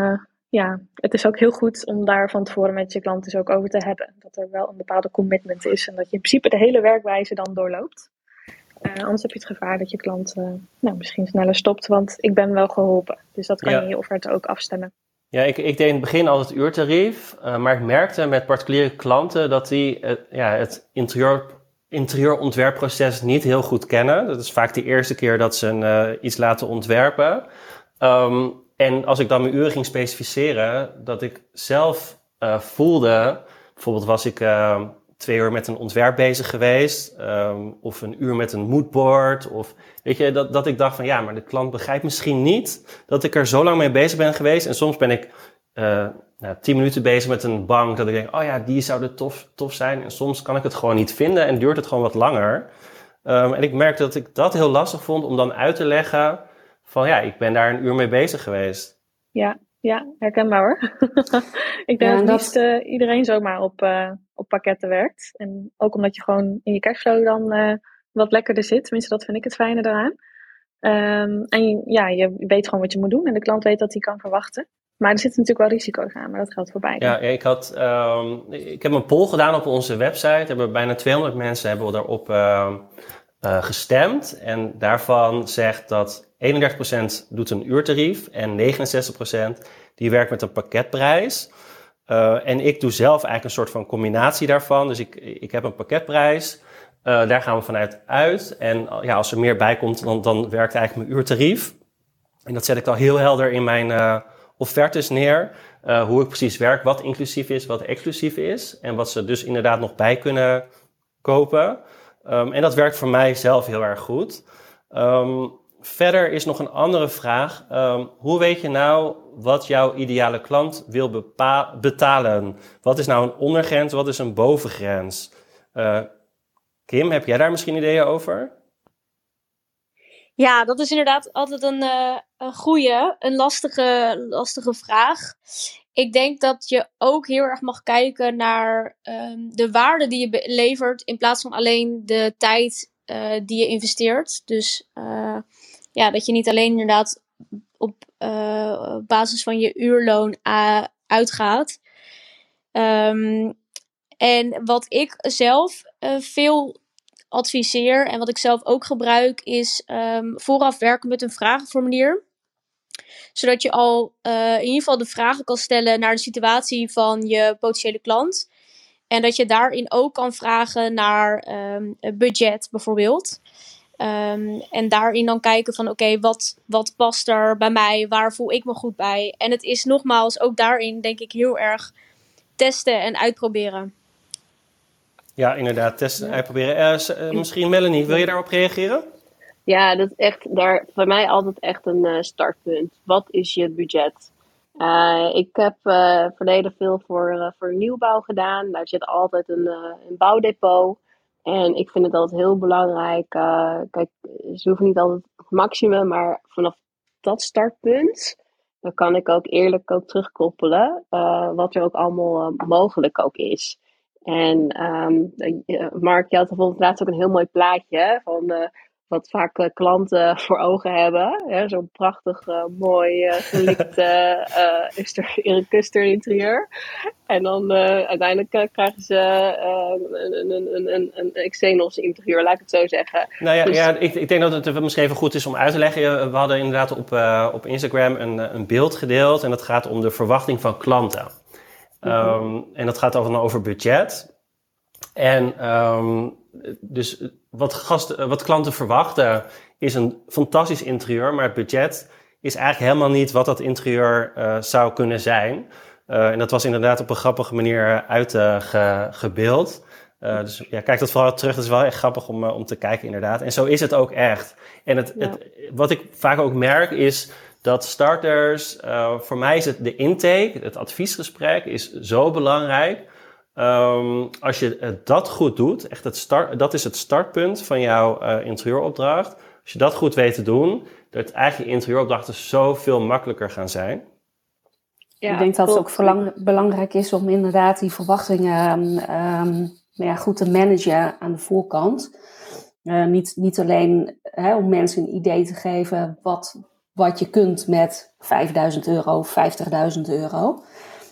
ja, het is ook heel goed om daar van tevoren met je klant dus ook over te hebben. Dat er wel een bepaalde commitment is en dat je in principe de hele werkwijze dan doorloopt. Uh, anders heb je het gevaar dat je klant uh, nou, misschien sneller stopt, want ik ben wel geholpen. Dus dat kan ja. je in je offerte ook afstemmen. Ja, ik, ik deed in het begin altijd uurtarief, uh, maar ik merkte met particuliere klanten dat die uh, ja, het interieur, interieurontwerpproces niet heel goed kennen. Dat is vaak de eerste keer dat ze een, uh, iets laten ontwerpen. Um, en als ik dan mijn uren ging specificeren, dat ik zelf uh, voelde, bijvoorbeeld was ik uh, twee uur met een ontwerp bezig geweest, um, of een uur met een moodboard, of weet je, dat, dat ik dacht van ja, maar de klant begrijpt misschien niet dat ik er zo lang mee bezig ben geweest. En soms ben ik uh, nou, tien minuten bezig met een bank, dat ik denk, oh ja, die zou tof, tof zijn. En soms kan ik het gewoon niet vinden en duurt het gewoon wat langer. Um, en ik merkte dat ik dat heel lastig vond om dan uit te leggen van ja, ik ben daar een uur mee bezig geweest. Ja, ja, herkenbaar hoor. Ik denk ja, dat het liefst uh, iedereen zomaar op, uh, op pakketten werkt. En ook omdat je gewoon in je cashflow dan uh, wat lekkerder zit. Tenminste, dat vind ik het fijne daaraan. Um, en je, ja, je weet gewoon wat je moet doen. En de klant weet dat hij kan verwachten. Maar er zitten natuurlijk wel risico's aan, maar dat geldt voor beide. Ja, ik, had, um, ik heb een poll gedaan op onze website. Hebben bijna tweehonderd mensen hebben we daarop uh, uh, gestemd. En daarvan zegt dat eenendertig procent doet een uurtarief en negenenzestig procent die werkt met een pakketprijs. Uh, en ik doe zelf eigenlijk een soort van combinatie daarvan. Dus ik, ik heb een pakketprijs, uh, daar gaan we vanuit uit. En ja, als er meer bij komt, dan, dan werkt eigenlijk mijn uurtarief. En dat zet ik al heel helder in mijn uh, offertes neer. Uh, hoe ik precies werk, wat inclusief is, wat exclusief is. En wat ze dus inderdaad nog bij kunnen kopen. Um, en dat werkt voor mij zelf heel erg goed. Um, Verder is nog een andere vraag. Um, hoe weet je nou wat jouw ideale klant wil bepa- betalen? Wat is nou een ondergrens, wat is een bovengrens? Uh, Kim, heb jij daar misschien ideeën over? Ja, dat is inderdaad altijd een, uh, een goeie, een lastige, lastige vraag. Ik denk dat je ook heel erg mag kijken naar um, de waarde die je be- levert in plaats van alleen de tijd uh, die je investeert. Dus uh, ja, dat je niet alleen inderdaad op uh, basis van je uurloon uh, uitgaat. Um, en wat ik zelf uh, veel adviseer en wat ik zelf ook gebruik is um, vooraf werken met een vragenformulier. Zodat je al uh, in ieder geval de vragen kan stellen naar de situatie van je potentiële klant. En dat je daarin ook kan vragen naar um, budget bijvoorbeeld. Um, en daarin dan kijken van oké, okay, wat, wat past er bij mij? Waar voel ik me goed bij? En het is nogmaals ook daarin denk ik heel erg testen en uitproberen. Ja, inderdaad, testen en ja. uitproberen. Uh, uh, misschien Melanie, wil je daarop reageren? Ja, dat is echt daar voor mij altijd echt een uh, startpunt. Wat is je budget? Uh, ik heb uh, verleden veel voor, uh, voor nieuwbouw gedaan. Daar zit altijd een, uh, een bouwdepot. En ik vind het altijd heel belangrijk. Uh, kijk, ze hoeven niet altijd het maximum, maar vanaf dat startpunt, dan kan ik ook eerlijk ook terugkoppelen uh, wat er ook allemaal uh, mogelijk ook is. En um, uh, Mark, je had bijvoorbeeld laatst ook een heel mooi plaatje hè, van uh, wat vaak uh, klanten voor ogen hebben. Hè, zo'n prachtig, uh, mooi, uh, gelikt uh, kuster interieur. En dan uh, uiteindelijk uh, krijgen ze uh, een, een, een, een, een Xenos interieur, laat ik het zo zeggen. Nou ja, dus, ja ik, ik denk dat het misschien even goed is om uit te leggen. We hadden inderdaad op, uh, op Instagram een, een beeld gedeeld. En dat gaat om de verwachting van klanten. Mm-hmm. Um, en dat gaat dan over budget. En um, dus wat, gasten, wat klanten verwachten is een fantastisch interieur, maar het budget is eigenlijk helemaal niet wat dat interieur uh, zou kunnen zijn. Uh, en dat was inderdaad op een grappige manier uitgebeeld. Uh, uh, dus ja, kijk dat vooral terug. Dat is wel echt grappig om, uh, om te kijken inderdaad. En zo is het ook echt. En het, ja. het, wat ik vaak ook merk is dat starters, uh, voor mij is het de intake, het adviesgesprek is zo belangrijk. Um, als je uh, dat goed doet, echt het start, dat is het startpunt van jouw uh, interieuropdracht. Als je dat goed weet te doen, dat eigenlijk je interieuropdrachten zoveel makkelijker gaan zijn. Ja, ik denk dat het ook verlang, belangrijk is om inderdaad die verwachtingen um, ja, goed te managen aan de voorkant. Uh, niet, niet alleen hè, om mensen een idee te geven wat, wat je kunt met vijfduizend euro, vijftigduizend euro.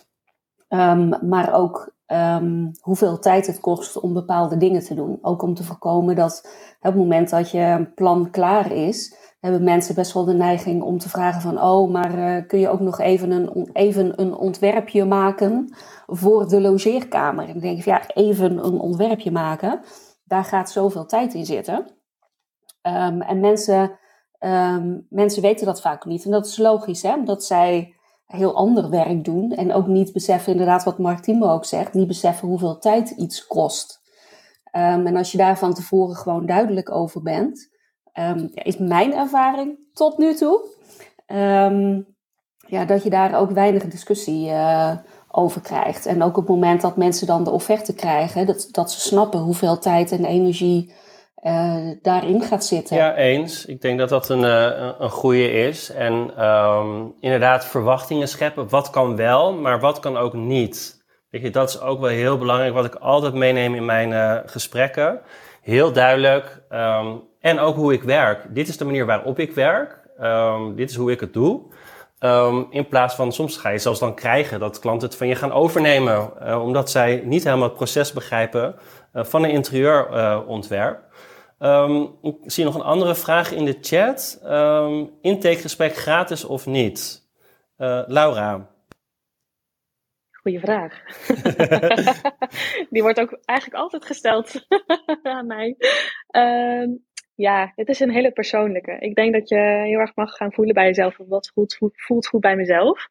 Um, maar ook um, hoeveel tijd het kost om bepaalde dingen te doen. Ook om te voorkomen dat op het moment dat je plan klaar is, hebben mensen best wel de neiging om te vragen van, oh, maar uh, kun je ook nog even een, even een ontwerpje maken voor de logeerkamer? En dan denk ik, ja, even een ontwerpje maken, daar gaat zoveel tijd in zitten. Um, en mensen, um, mensen weten dat vaak niet. En dat is logisch, hè, omdat zij heel ander werk doen en ook niet beseffen, inderdaad wat Mark Tieme ook zegt, niet beseffen hoeveel tijd iets kost. Um, en als je daar van tevoren gewoon duidelijk over bent, um, ja, is mijn ervaring tot nu toe, um, ja, dat je daar ook weinig discussie uh, over krijgt. En ook op het moment dat mensen dan de offerte krijgen, dat, dat ze snappen hoeveel tijd en energie Uh, daarin gaat zitten. Ja, eens. Ik denk dat dat een, uh, een goede is. En um, inderdaad verwachtingen scheppen. Wat kan wel, maar wat kan ook niet. Weet je, dat is ook wel heel belangrijk. Wat ik altijd meeneem in mijn uh, gesprekken. Heel duidelijk. Um, en ook hoe ik werk. Dit is de manier waarop ik werk. Um, dit is hoe ik het doe. Um, in plaats van, soms ga je zelfs dan krijgen dat klanten het van je gaan overnemen. Uh, omdat zij niet helemaal het proces begrijpen uh, van een interieurontwerp. Um, ik zie nog een andere vraag in de chat. Um, intakegesprek gratis of niet? Uh, Laura. Goeie vraag. Die wordt ook eigenlijk altijd gesteld aan mij. Um, ja, het is een hele persoonlijke. Ik denk dat je heel erg mag gaan voelen bij jezelf. Wat voelt, voelt goed bij mezelf.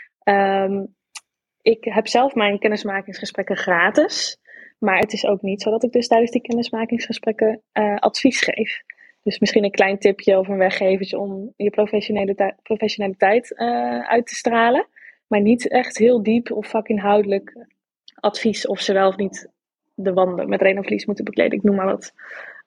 Um, ik heb zelf mijn kennismakingsgesprekken gratis. Maar het is ook niet zo dat ik dus tijdens die kennismakingsgesprekken uh, advies geef. Dus misschien een klein tipje of een weggevertje om je professionaliteit, professionaliteit uh, uit te stralen. Maar niet echt heel diep of vakinhoudelijk advies of ze wel of niet de wanden met Reno vlies moeten bekleden. Ik noem maar wat.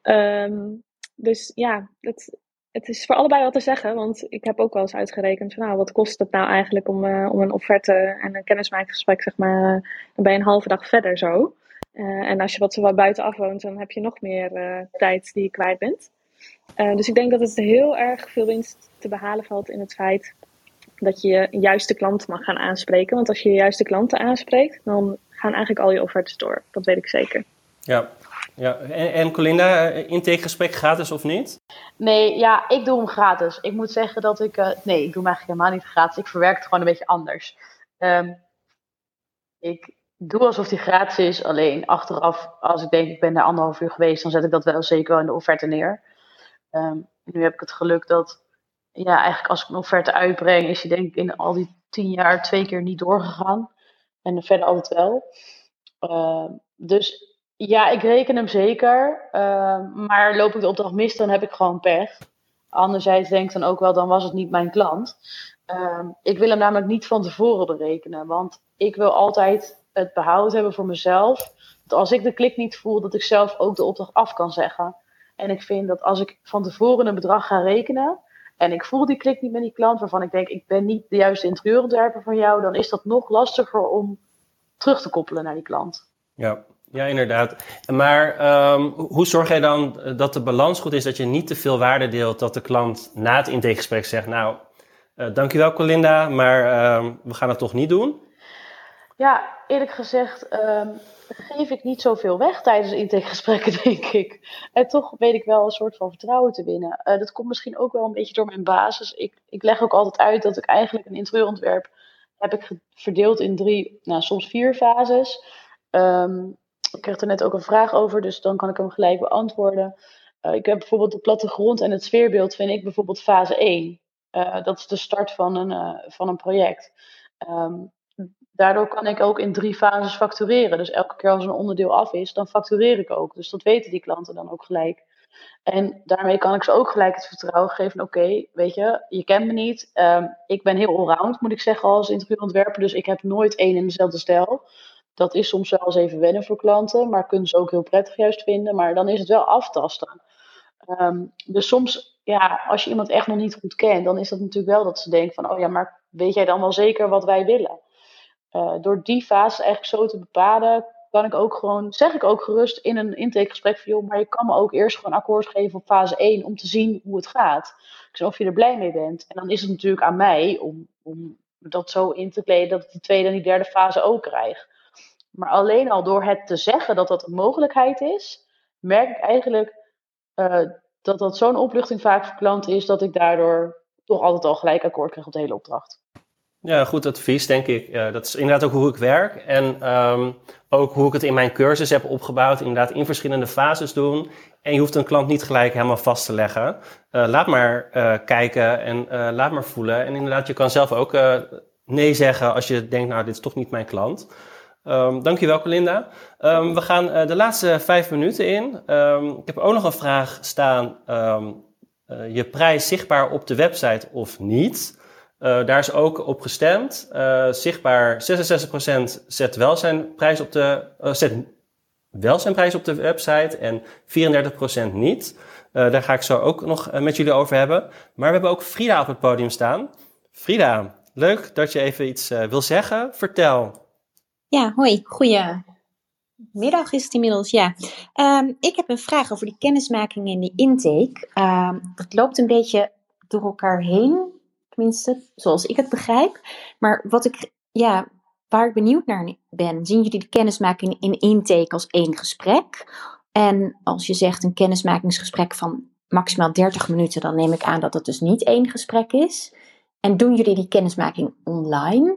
Um, dus ja, het, het is voor allebei wat te zeggen. Want ik heb ook wel eens uitgerekend van nou, wat kost het nou eigenlijk om, uh, om een offerte en een kennismakingsgesprek, zeg maar, uh, dan ben je een halve dag verder zo. Uh, en als je wat zo wat buitenaf woont, dan heb je nog meer uh, tijd die je kwijt bent. Uh, dus ik denk dat het heel erg veel winst te behalen valt in het feit dat je je juiste klant mag gaan aanspreken. Want als je je juiste klanten aanspreekt, dan gaan eigenlijk al je offertes door. Dat weet ik zeker. Ja, ja. En, en Colinda, intakegesprek gratis of niet? Nee, ja, ik doe hem gratis. Ik moet zeggen dat ik... Uh, nee, ik doe hem eigenlijk helemaal niet gratis. Ik verwerk het gewoon een beetje anders. Um, ik... doe alsof die gratis is, alleen achteraf, als ik denk ik ben daar anderhalf uur geweest, dan zet ik dat wel zeker wel in de offerte neer. Um, nu heb ik het geluk dat, ja, eigenlijk als ik een offerte uitbreng, is die denk ik in al die tien jaar twee keer niet doorgegaan. En verder altijd wel. Uh, dus ja, ik reken hem zeker. Uh, maar loop ik de opdracht mis, dan heb ik gewoon pech. Anderzijds denk ik dan ook wel, dan was het niet mijn klant. Uh, ik wil hem namelijk niet van tevoren berekenen, want ik wil altijd het behoud hebben voor mezelf. Dat als ik de klik niet voel, dat ik zelf ook de opdracht af kan zeggen. En ik vind dat als ik van tevoren een bedrag ga rekenen en ik voel die klik niet met die klant, waarvan ik denk, ik ben niet de juiste interieurontwerper van jou, dan is dat nog lastiger om terug te koppelen naar die klant. Ja, ja inderdaad. Maar um, hoe zorg jij dan dat de balans goed is, dat je niet te veel waarde deelt, dat de klant na het intakegesprek zegt, nou, uh, dankjewel Colinda, maar uh, we gaan het toch niet doen? Ja, eerlijk gezegd um, geef ik niet zoveel weg tijdens intakegesprekken, denk ik. En toch weet ik wel een soort van vertrouwen te winnen. Uh, dat komt misschien ook wel een beetje door mijn basis. Ik, ik leg ook altijd uit dat ik eigenlijk een interieurontwerp heb ik verdeeld in drie, nou soms vier fases. Um, ik kreeg er net ook een vraag over, dus dan kan ik hem gelijk beantwoorden. Uh, ik heb bijvoorbeeld de plattegrond en het sfeerbeeld, vind ik bijvoorbeeld fase één. Uh, dat is de start van een, uh, van een project. Um, Daardoor kan ik ook in drie fases factureren. Dus elke keer als een onderdeel af is, dan factureer ik ook. Dus dat weten die klanten dan ook gelijk. En daarmee kan ik ze ook gelijk het vertrouwen geven. Oké, okay, weet je, je kent me niet. Um, ik ben heel allround, moet ik zeggen, als interieurontwerper. Dus ik heb nooit één en dezelfde stijl. Dat is soms wel eens even wennen voor klanten. Maar kunnen ze ook heel prettig juist vinden. Maar dan is het wel aftasten. Um, dus soms, ja, als je iemand echt nog niet goed kent, dan is dat natuurlijk wel dat ze denken van, oh ja, maar weet jij dan wel zeker wat wij willen? Uh, door die fase eigenlijk zo te bepalen, kan ik ook gewoon, zeg ik ook gerust in een intakegesprek van, joh, maar je kan me ook eerst gewoon akkoord geven op fase één om te zien hoe het gaat. Dus of je er blij mee bent. En dan is het natuurlijk aan mij om, om dat zo in te kleden dat ik die tweede en die derde fase ook krijg. Maar alleen al door het te zeggen dat dat een mogelijkheid is, merk ik eigenlijk uh, dat dat zo'n opluchting vaak voor klanten is, dat ik daardoor toch altijd al gelijk akkoord krijg op de hele opdracht. Ja, goed advies, denk ik. Uh, dat is inderdaad ook hoe ik werk. En um, ook hoe ik het in mijn cursus heb opgebouwd. Inderdaad in verschillende fases doen. En je hoeft een klant niet gelijk helemaal vast te leggen. Uh, laat maar uh, kijken en uh, laat maar voelen. En inderdaad, je kan zelf ook uh, nee zeggen als je denkt, nou, dit is toch niet mijn klant. Um, dankjewel, Colinda. Um, we gaan uh, de laatste vijf minuten in. Um, ik heb ook nog een vraag staan. Um, uh, je prijs zichtbaar op de website of niet? Uh, daar is ook op gestemd. Uh, zichtbaar zesenzestig procent zet wel zijn prijs op de, uh, zet wel zijn prijs op de website en vierendertig procent niet. Uh, daar ga ik zo ook nog uh, met jullie over hebben. Maar we hebben ook Frida op het podium staan. Frida, leuk dat je even iets uh, wil zeggen. Vertel. Ja, hoi. Goedemiddag is het inmiddels, ja. Um, ik heb een vraag over die kennismaking en die intake. Um, dat loopt een beetje door elkaar heen. Tenminste, zoals ik het begrijp. Maar wat ik, ja, waar ik benieuwd naar ben, zien jullie de kennismaking in intake als één gesprek? En als je zegt een kennismakingsgesprek van maximaal dertig minuten, dan neem ik aan dat het dus niet één gesprek is. En doen jullie die kennismaking online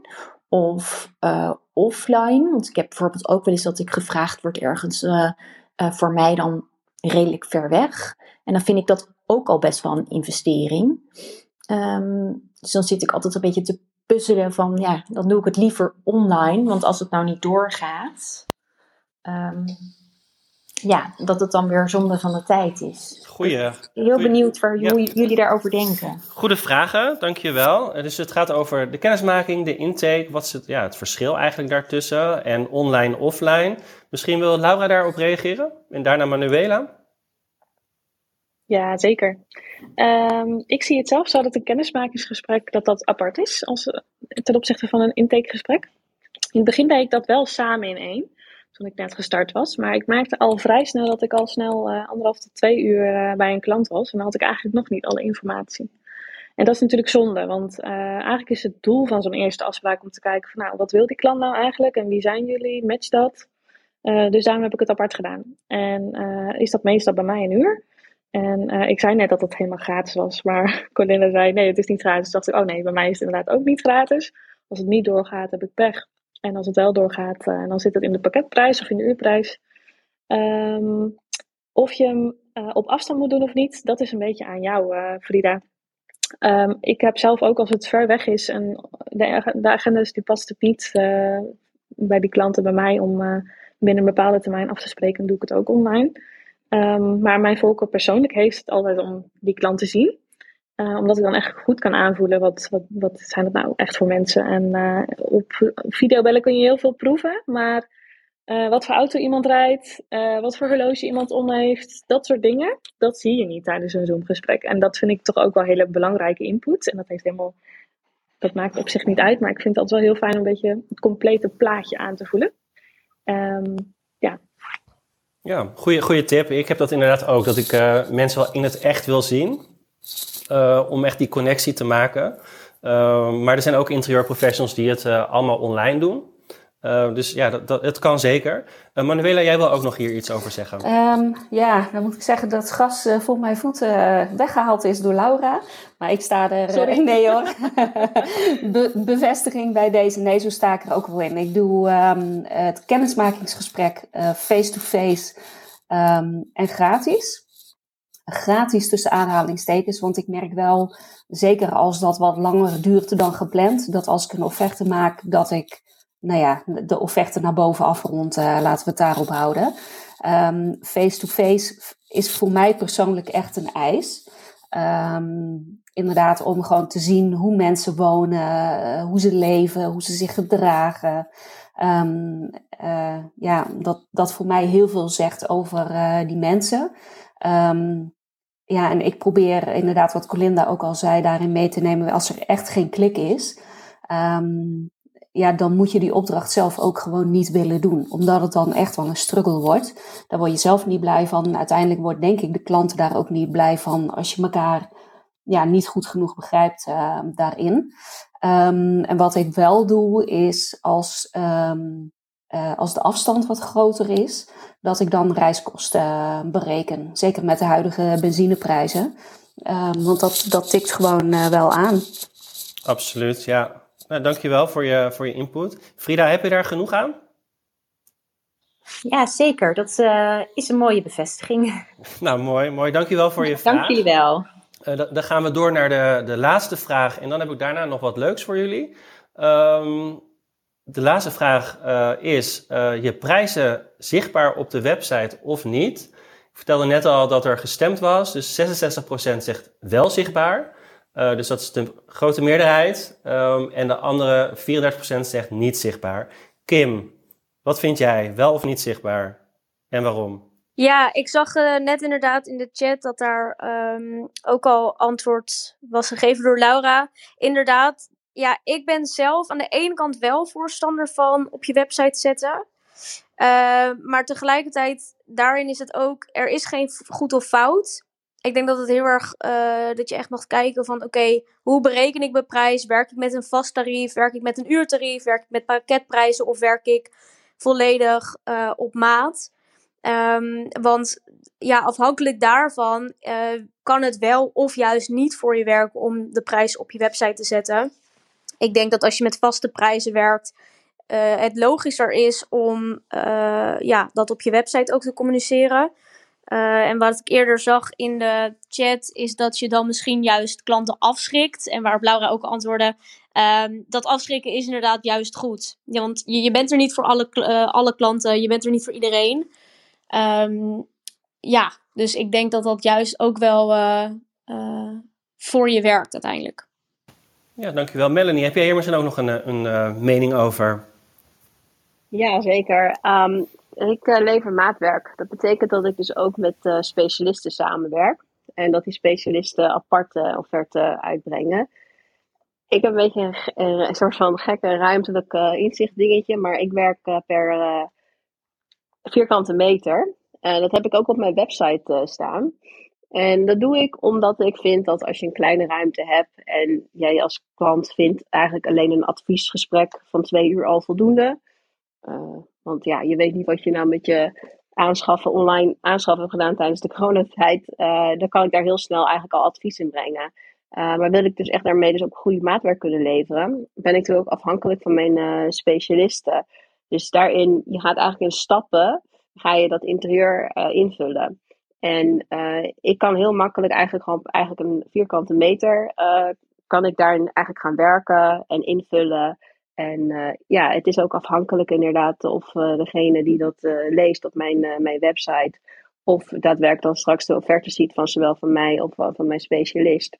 of uh, offline? Want ik heb bijvoorbeeld ook wel eens dat ik gevraagd word ergens uh, uh, voor mij dan redelijk ver weg. En dan vind ik dat ook al best wel een investering. Um, dus dan zit ik altijd een beetje te puzzelen van, ja, dan doe ik het liever online. Want als het nou niet doorgaat, um, ja, dat het dan weer zonde van de tijd is. Goeie. Ik ben heel goeie, benieuwd waar, ja. hoe jullie daarover denken. Goede vragen, dankjewel. Dus het gaat over de kennismaking, de intake. Wat is het, ja, het verschil eigenlijk daartussen? En online, offline. Misschien wil Laura daarop reageren? En daarna Manuela? Ja, zeker. Um, ik zie het zelf zo dat een kennismakingsgesprek dat dat apart is als, ten opzichte van een intakegesprek. In het begin deed ik dat wel samen in één, toen ik net gestart was. Maar ik merkte al vrij snel dat ik al snel uh, anderhalf tot twee uur uh, bij een klant was. En dan had ik eigenlijk nog niet alle informatie. En dat is natuurlijk zonde, want uh, eigenlijk is het doel van zo'n eerste afspraak om te kijken van, nou, wat wil die klant nou eigenlijk en wie zijn jullie, match dat? Uh, dus daarom heb ik het apart gedaan. En uh, is dat meestal bij mij een uur. En uh, ik zei net dat het helemaal gratis was, maar Colinda zei nee, het is niet gratis. Toen dacht ik, oh nee, bij mij is het inderdaad ook niet gratis. Als het niet doorgaat, heb ik pech. En als het wel doorgaat, uh, dan zit het in de pakketprijs of in de uurprijs. Um, of je hem uh, op afstand moet doen of niet, dat is een beetje aan jou, uh, Frida. Um, ik heb zelf ook als het ver weg is en de, de agendas die past het niet uh, bij die klanten bij mij om uh, binnen een bepaalde termijn af te spreken, doe ik het ook online. Um, maar mijn voorkeur persoonlijk heeft het altijd om die klant te zien. Uh, omdat ik dan echt goed kan aanvoelen wat, wat, wat zijn het nou echt voor mensen. En uh, op, op videobellen kun je heel veel proeven. Maar uh, wat voor auto iemand rijdt, uh, wat voor horloge iemand om heeft, dat soort dingen, dat zie je niet tijdens een Zoom-gesprek. En dat vind ik toch ook wel hele belangrijke input. En dat heeft helemaal, dat maakt op zich niet uit. Maar ik vind het altijd wel heel fijn om een beetje het complete plaatje aan te voelen. Um, ja. Ja, goede, goede tip. Ik heb dat inderdaad ook, dat ik uh, mensen wel in het echt wil zien. Uh, om echt die connectie te maken. Uh, maar er zijn ook interieurprofessionals die het uh, allemaal online doen. Uh, dus ja, dat, dat, het kan zeker. Uh, Manuela, jij wil ook nog hier iets over zeggen. Um, ja, dan moet ik zeggen dat het gras uh, voor mijn voeten uh, weggehaald is door Laura. Maar ik sta er... Uh, Sorry. Nee hoor. Be- bevestiging bij deze. Nee, zo sta ik er ook wel in. Ik doe um, het kennismakingsgesprek uh, face-to-face um, en gratis. Gratis tussen aanhalingstekens, want ik merk wel, zeker als dat wat langer duurt dan gepland, dat als ik een offerte maak, dat ik, nou ja, de offerte naar boven afrond, uh, laten we het daarop houden. Um, face-to-face is voor mij persoonlijk echt een eis. Um, inderdaad, om gewoon te zien hoe mensen wonen, uh, hoe ze leven, hoe ze zich gedragen. Um, uh, ja, dat, dat voor mij heel veel zegt over uh, die mensen. Um, ja, en ik probeer inderdaad, wat Colinda ook al zei, daarin mee te nemen als er echt geen klik is. Um, ja, dan moet je die opdracht zelf ook gewoon niet willen doen. Omdat het dan echt wel een struggle wordt. Daar word je zelf niet blij van. Uiteindelijk wordt denk ik de klant daar ook niet blij van als je elkaar ja, niet goed genoeg begrijpt uh, daarin. Um, en wat ik wel doe is als, um, uh, als de afstand wat groter is, dat ik dan reiskosten uh, bereken. Zeker met de huidige benzineprijzen. Um, want dat, dat tikt gewoon uh, wel aan. Absoluut, ja. Nou, dankjewel voor je, voor je input. Frida, heb je daar genoeg aan? Ja, zeker. Dat uh, is een mooie bevestiging. Nou, mooi. mooi. Dankjewel voor je vraag. Dank jullie wel. Uh, d- dan gaan we door naar de, de laatste vraag. En dan heb ik daarna nog wat leuks voor jullie. Um, de laatste vraag uh, is, uh, je prijzen zichtbaar op de website of niet? Ik vertelde net al dat er gestemd was. Dus zesenzestig procent zegt wel zichtbaar. Uh, dus dat is de grote meerderheid. Um, en de andere vierendertig procent zegt niet zichtbaar. Kim, wat vind jij? Wel of niet zichtbaar? En waarom? Ja, ik zag uh, net inderdaad in de chat dat daar um, ook al antwoord was gegeven door Laura. Inderdaad, ja, ik ben zelf aan de ene kant wel voorstander van op je website zetten. Uh, maar tegelijkertijd, daarin is het ook, er is geen goed of fout. Ik denk dat het heel erg, uh, dat je echt mag kijken van, oké, okay, hoe bereken ik mijn prijs? Werk ik met een vast tarief? Werk ik met een uurtarief? Werk ik met pakketprijzen? Of werk ik volledig uh, op maat? Um, want ja, afhankelijk daarvan uh, kan het wel of juist niet voor je werken om de prijs op je website te zetten. Ik denk dat als je met vaste prijzen werkt, uh, het logischer is om uh, ja, dat op je website ook te communiceren. Uh, en wat ik eerder zag in de chat is dat je dan misschien juist klanten afschrikt. En waarop Laura ook antwoordde, um, dat afschrikken is inderdaad juist goed. Ja, want je, je bent er niet voor alle, uh, alle klanten, je bent er niet voor iedereen. Um, ja, dus ik denk dat dat juist ook wel uh, uh, voor je werkt uiteindelijk. Ja, dankjewel. Melanie, heb jij hier misschien ook nog een, een uh, mening over? Ja, zeker. Um, ik uh, lever maatwerk. Dat betekent dat ik dus ook met uh, specialisten samenwerk. En dat die specialisten aparte offerten uitbrengen. Ik heb een beetje een, een, een soort van gekke ruimtelijk uh, inzicht dingetje. Maar ik werk uh, per uh, vierkante meter. En uh, dat heb ik ook op mijn website uh, staan. En dat doe ik omdat ik vind dat als je een kleine ruimte hebt en jij als klant vindt eigenlijk alleen een adviesgesprek van twee uur al voldoende. Uh, want ja, je weet niet wat je nou met je aanschaffen, online aanschaffen hebt gedaan tijdens de coronatijd. Uh, dan kan ik daar heel snel eigenlijk al advies in brengen. Uh, maar wil ik dus echt daarmee dus ook goede maatwerk kunnen leveren, ben ik natuurlijk ook afhankelijk van mijn uh, specialisten. Dus daarin, je gaat eigenlijk in stappen, ga je dat interieur uh, invullen. En uh, ik kan heel makkelijk eigenlijk gewoon eigenlijk een vierkante meter, uh, kan ik daarin eigenlijk gaan werken en invullen. En uh, ja, het is ook afhankelijk inderdaad of uh, degene die dat uh, leest op mijn, uh, mijn website, of daadwerkelijk dan straks de offerte ziet van zowel van mij of uh, van mijn specialist.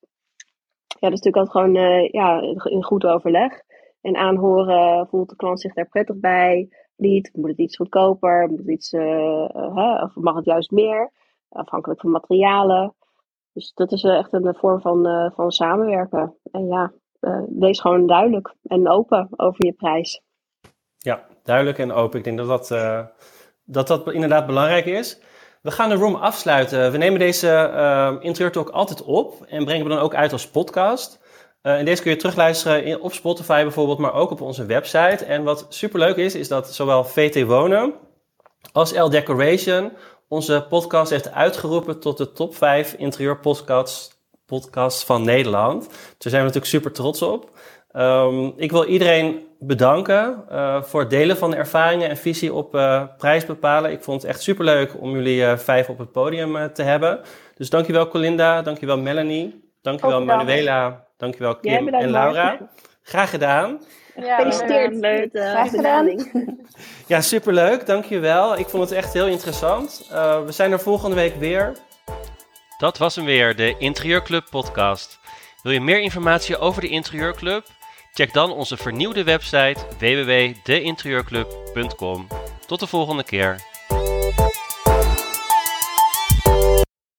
Ja, dat is natuurlijk altijd gewoon uh, ja, in goed overleg. En aanhoren, voelt de klant zich daar prettig bij? Niet, moet het iets goedkoper? Moet het iets, uh, uh, huh, of mag het juist meer? Afhankelijk van materialen. Dus dat is uh, echt een vorm van, uh, van samenwerken. En ja, uh, wees gewoon duidelijk en open over je prijs. Ja, duidelijk en open. Ik denk dat dat, uh, dat, dat inderdaad belangrijk is. We gaan de room afsluiten. We nemen deze uh, Interieur Talk altijd op en brengen we dan ook uit als podcast. Uh, en deze kun je terugluisteren in, op Spotify bijvoorbeeld, maar ook op onze website. En wat superleuk is, is dat zowel V T Wonen als L Decoration onze podcast heeft uitgeroepen tot de top vijf interieurpodcasts podcasts van Nederland. Daar zijn we natuurlijk super trots op. Um, ik wil iedereen bedanken uh, voor het delen van de ervaringen en visie op uh, prijs bepalen. Ik vond het echt superleuk om jullie uh, vijf op het podium uh, te hebben. Dus dankjewel Colinda, dankjewel Melanie, dankjewel oh, Manuela, dankjewel Kim en Laura. Graag gedaan. Ja, gefeliciteerd met uh, Graag gedaan. Ja, superleuk, dankjewel. Ik vond het echt heel interessant. Uh, we zijn er volgende week weer. Dat was hem weer, de Interieurclub podcast. Wil je meer informatie over de Interieurclub? Check dan onze vernieuwde website w w w punt de interieurclub punt com. Tot de volgende keer.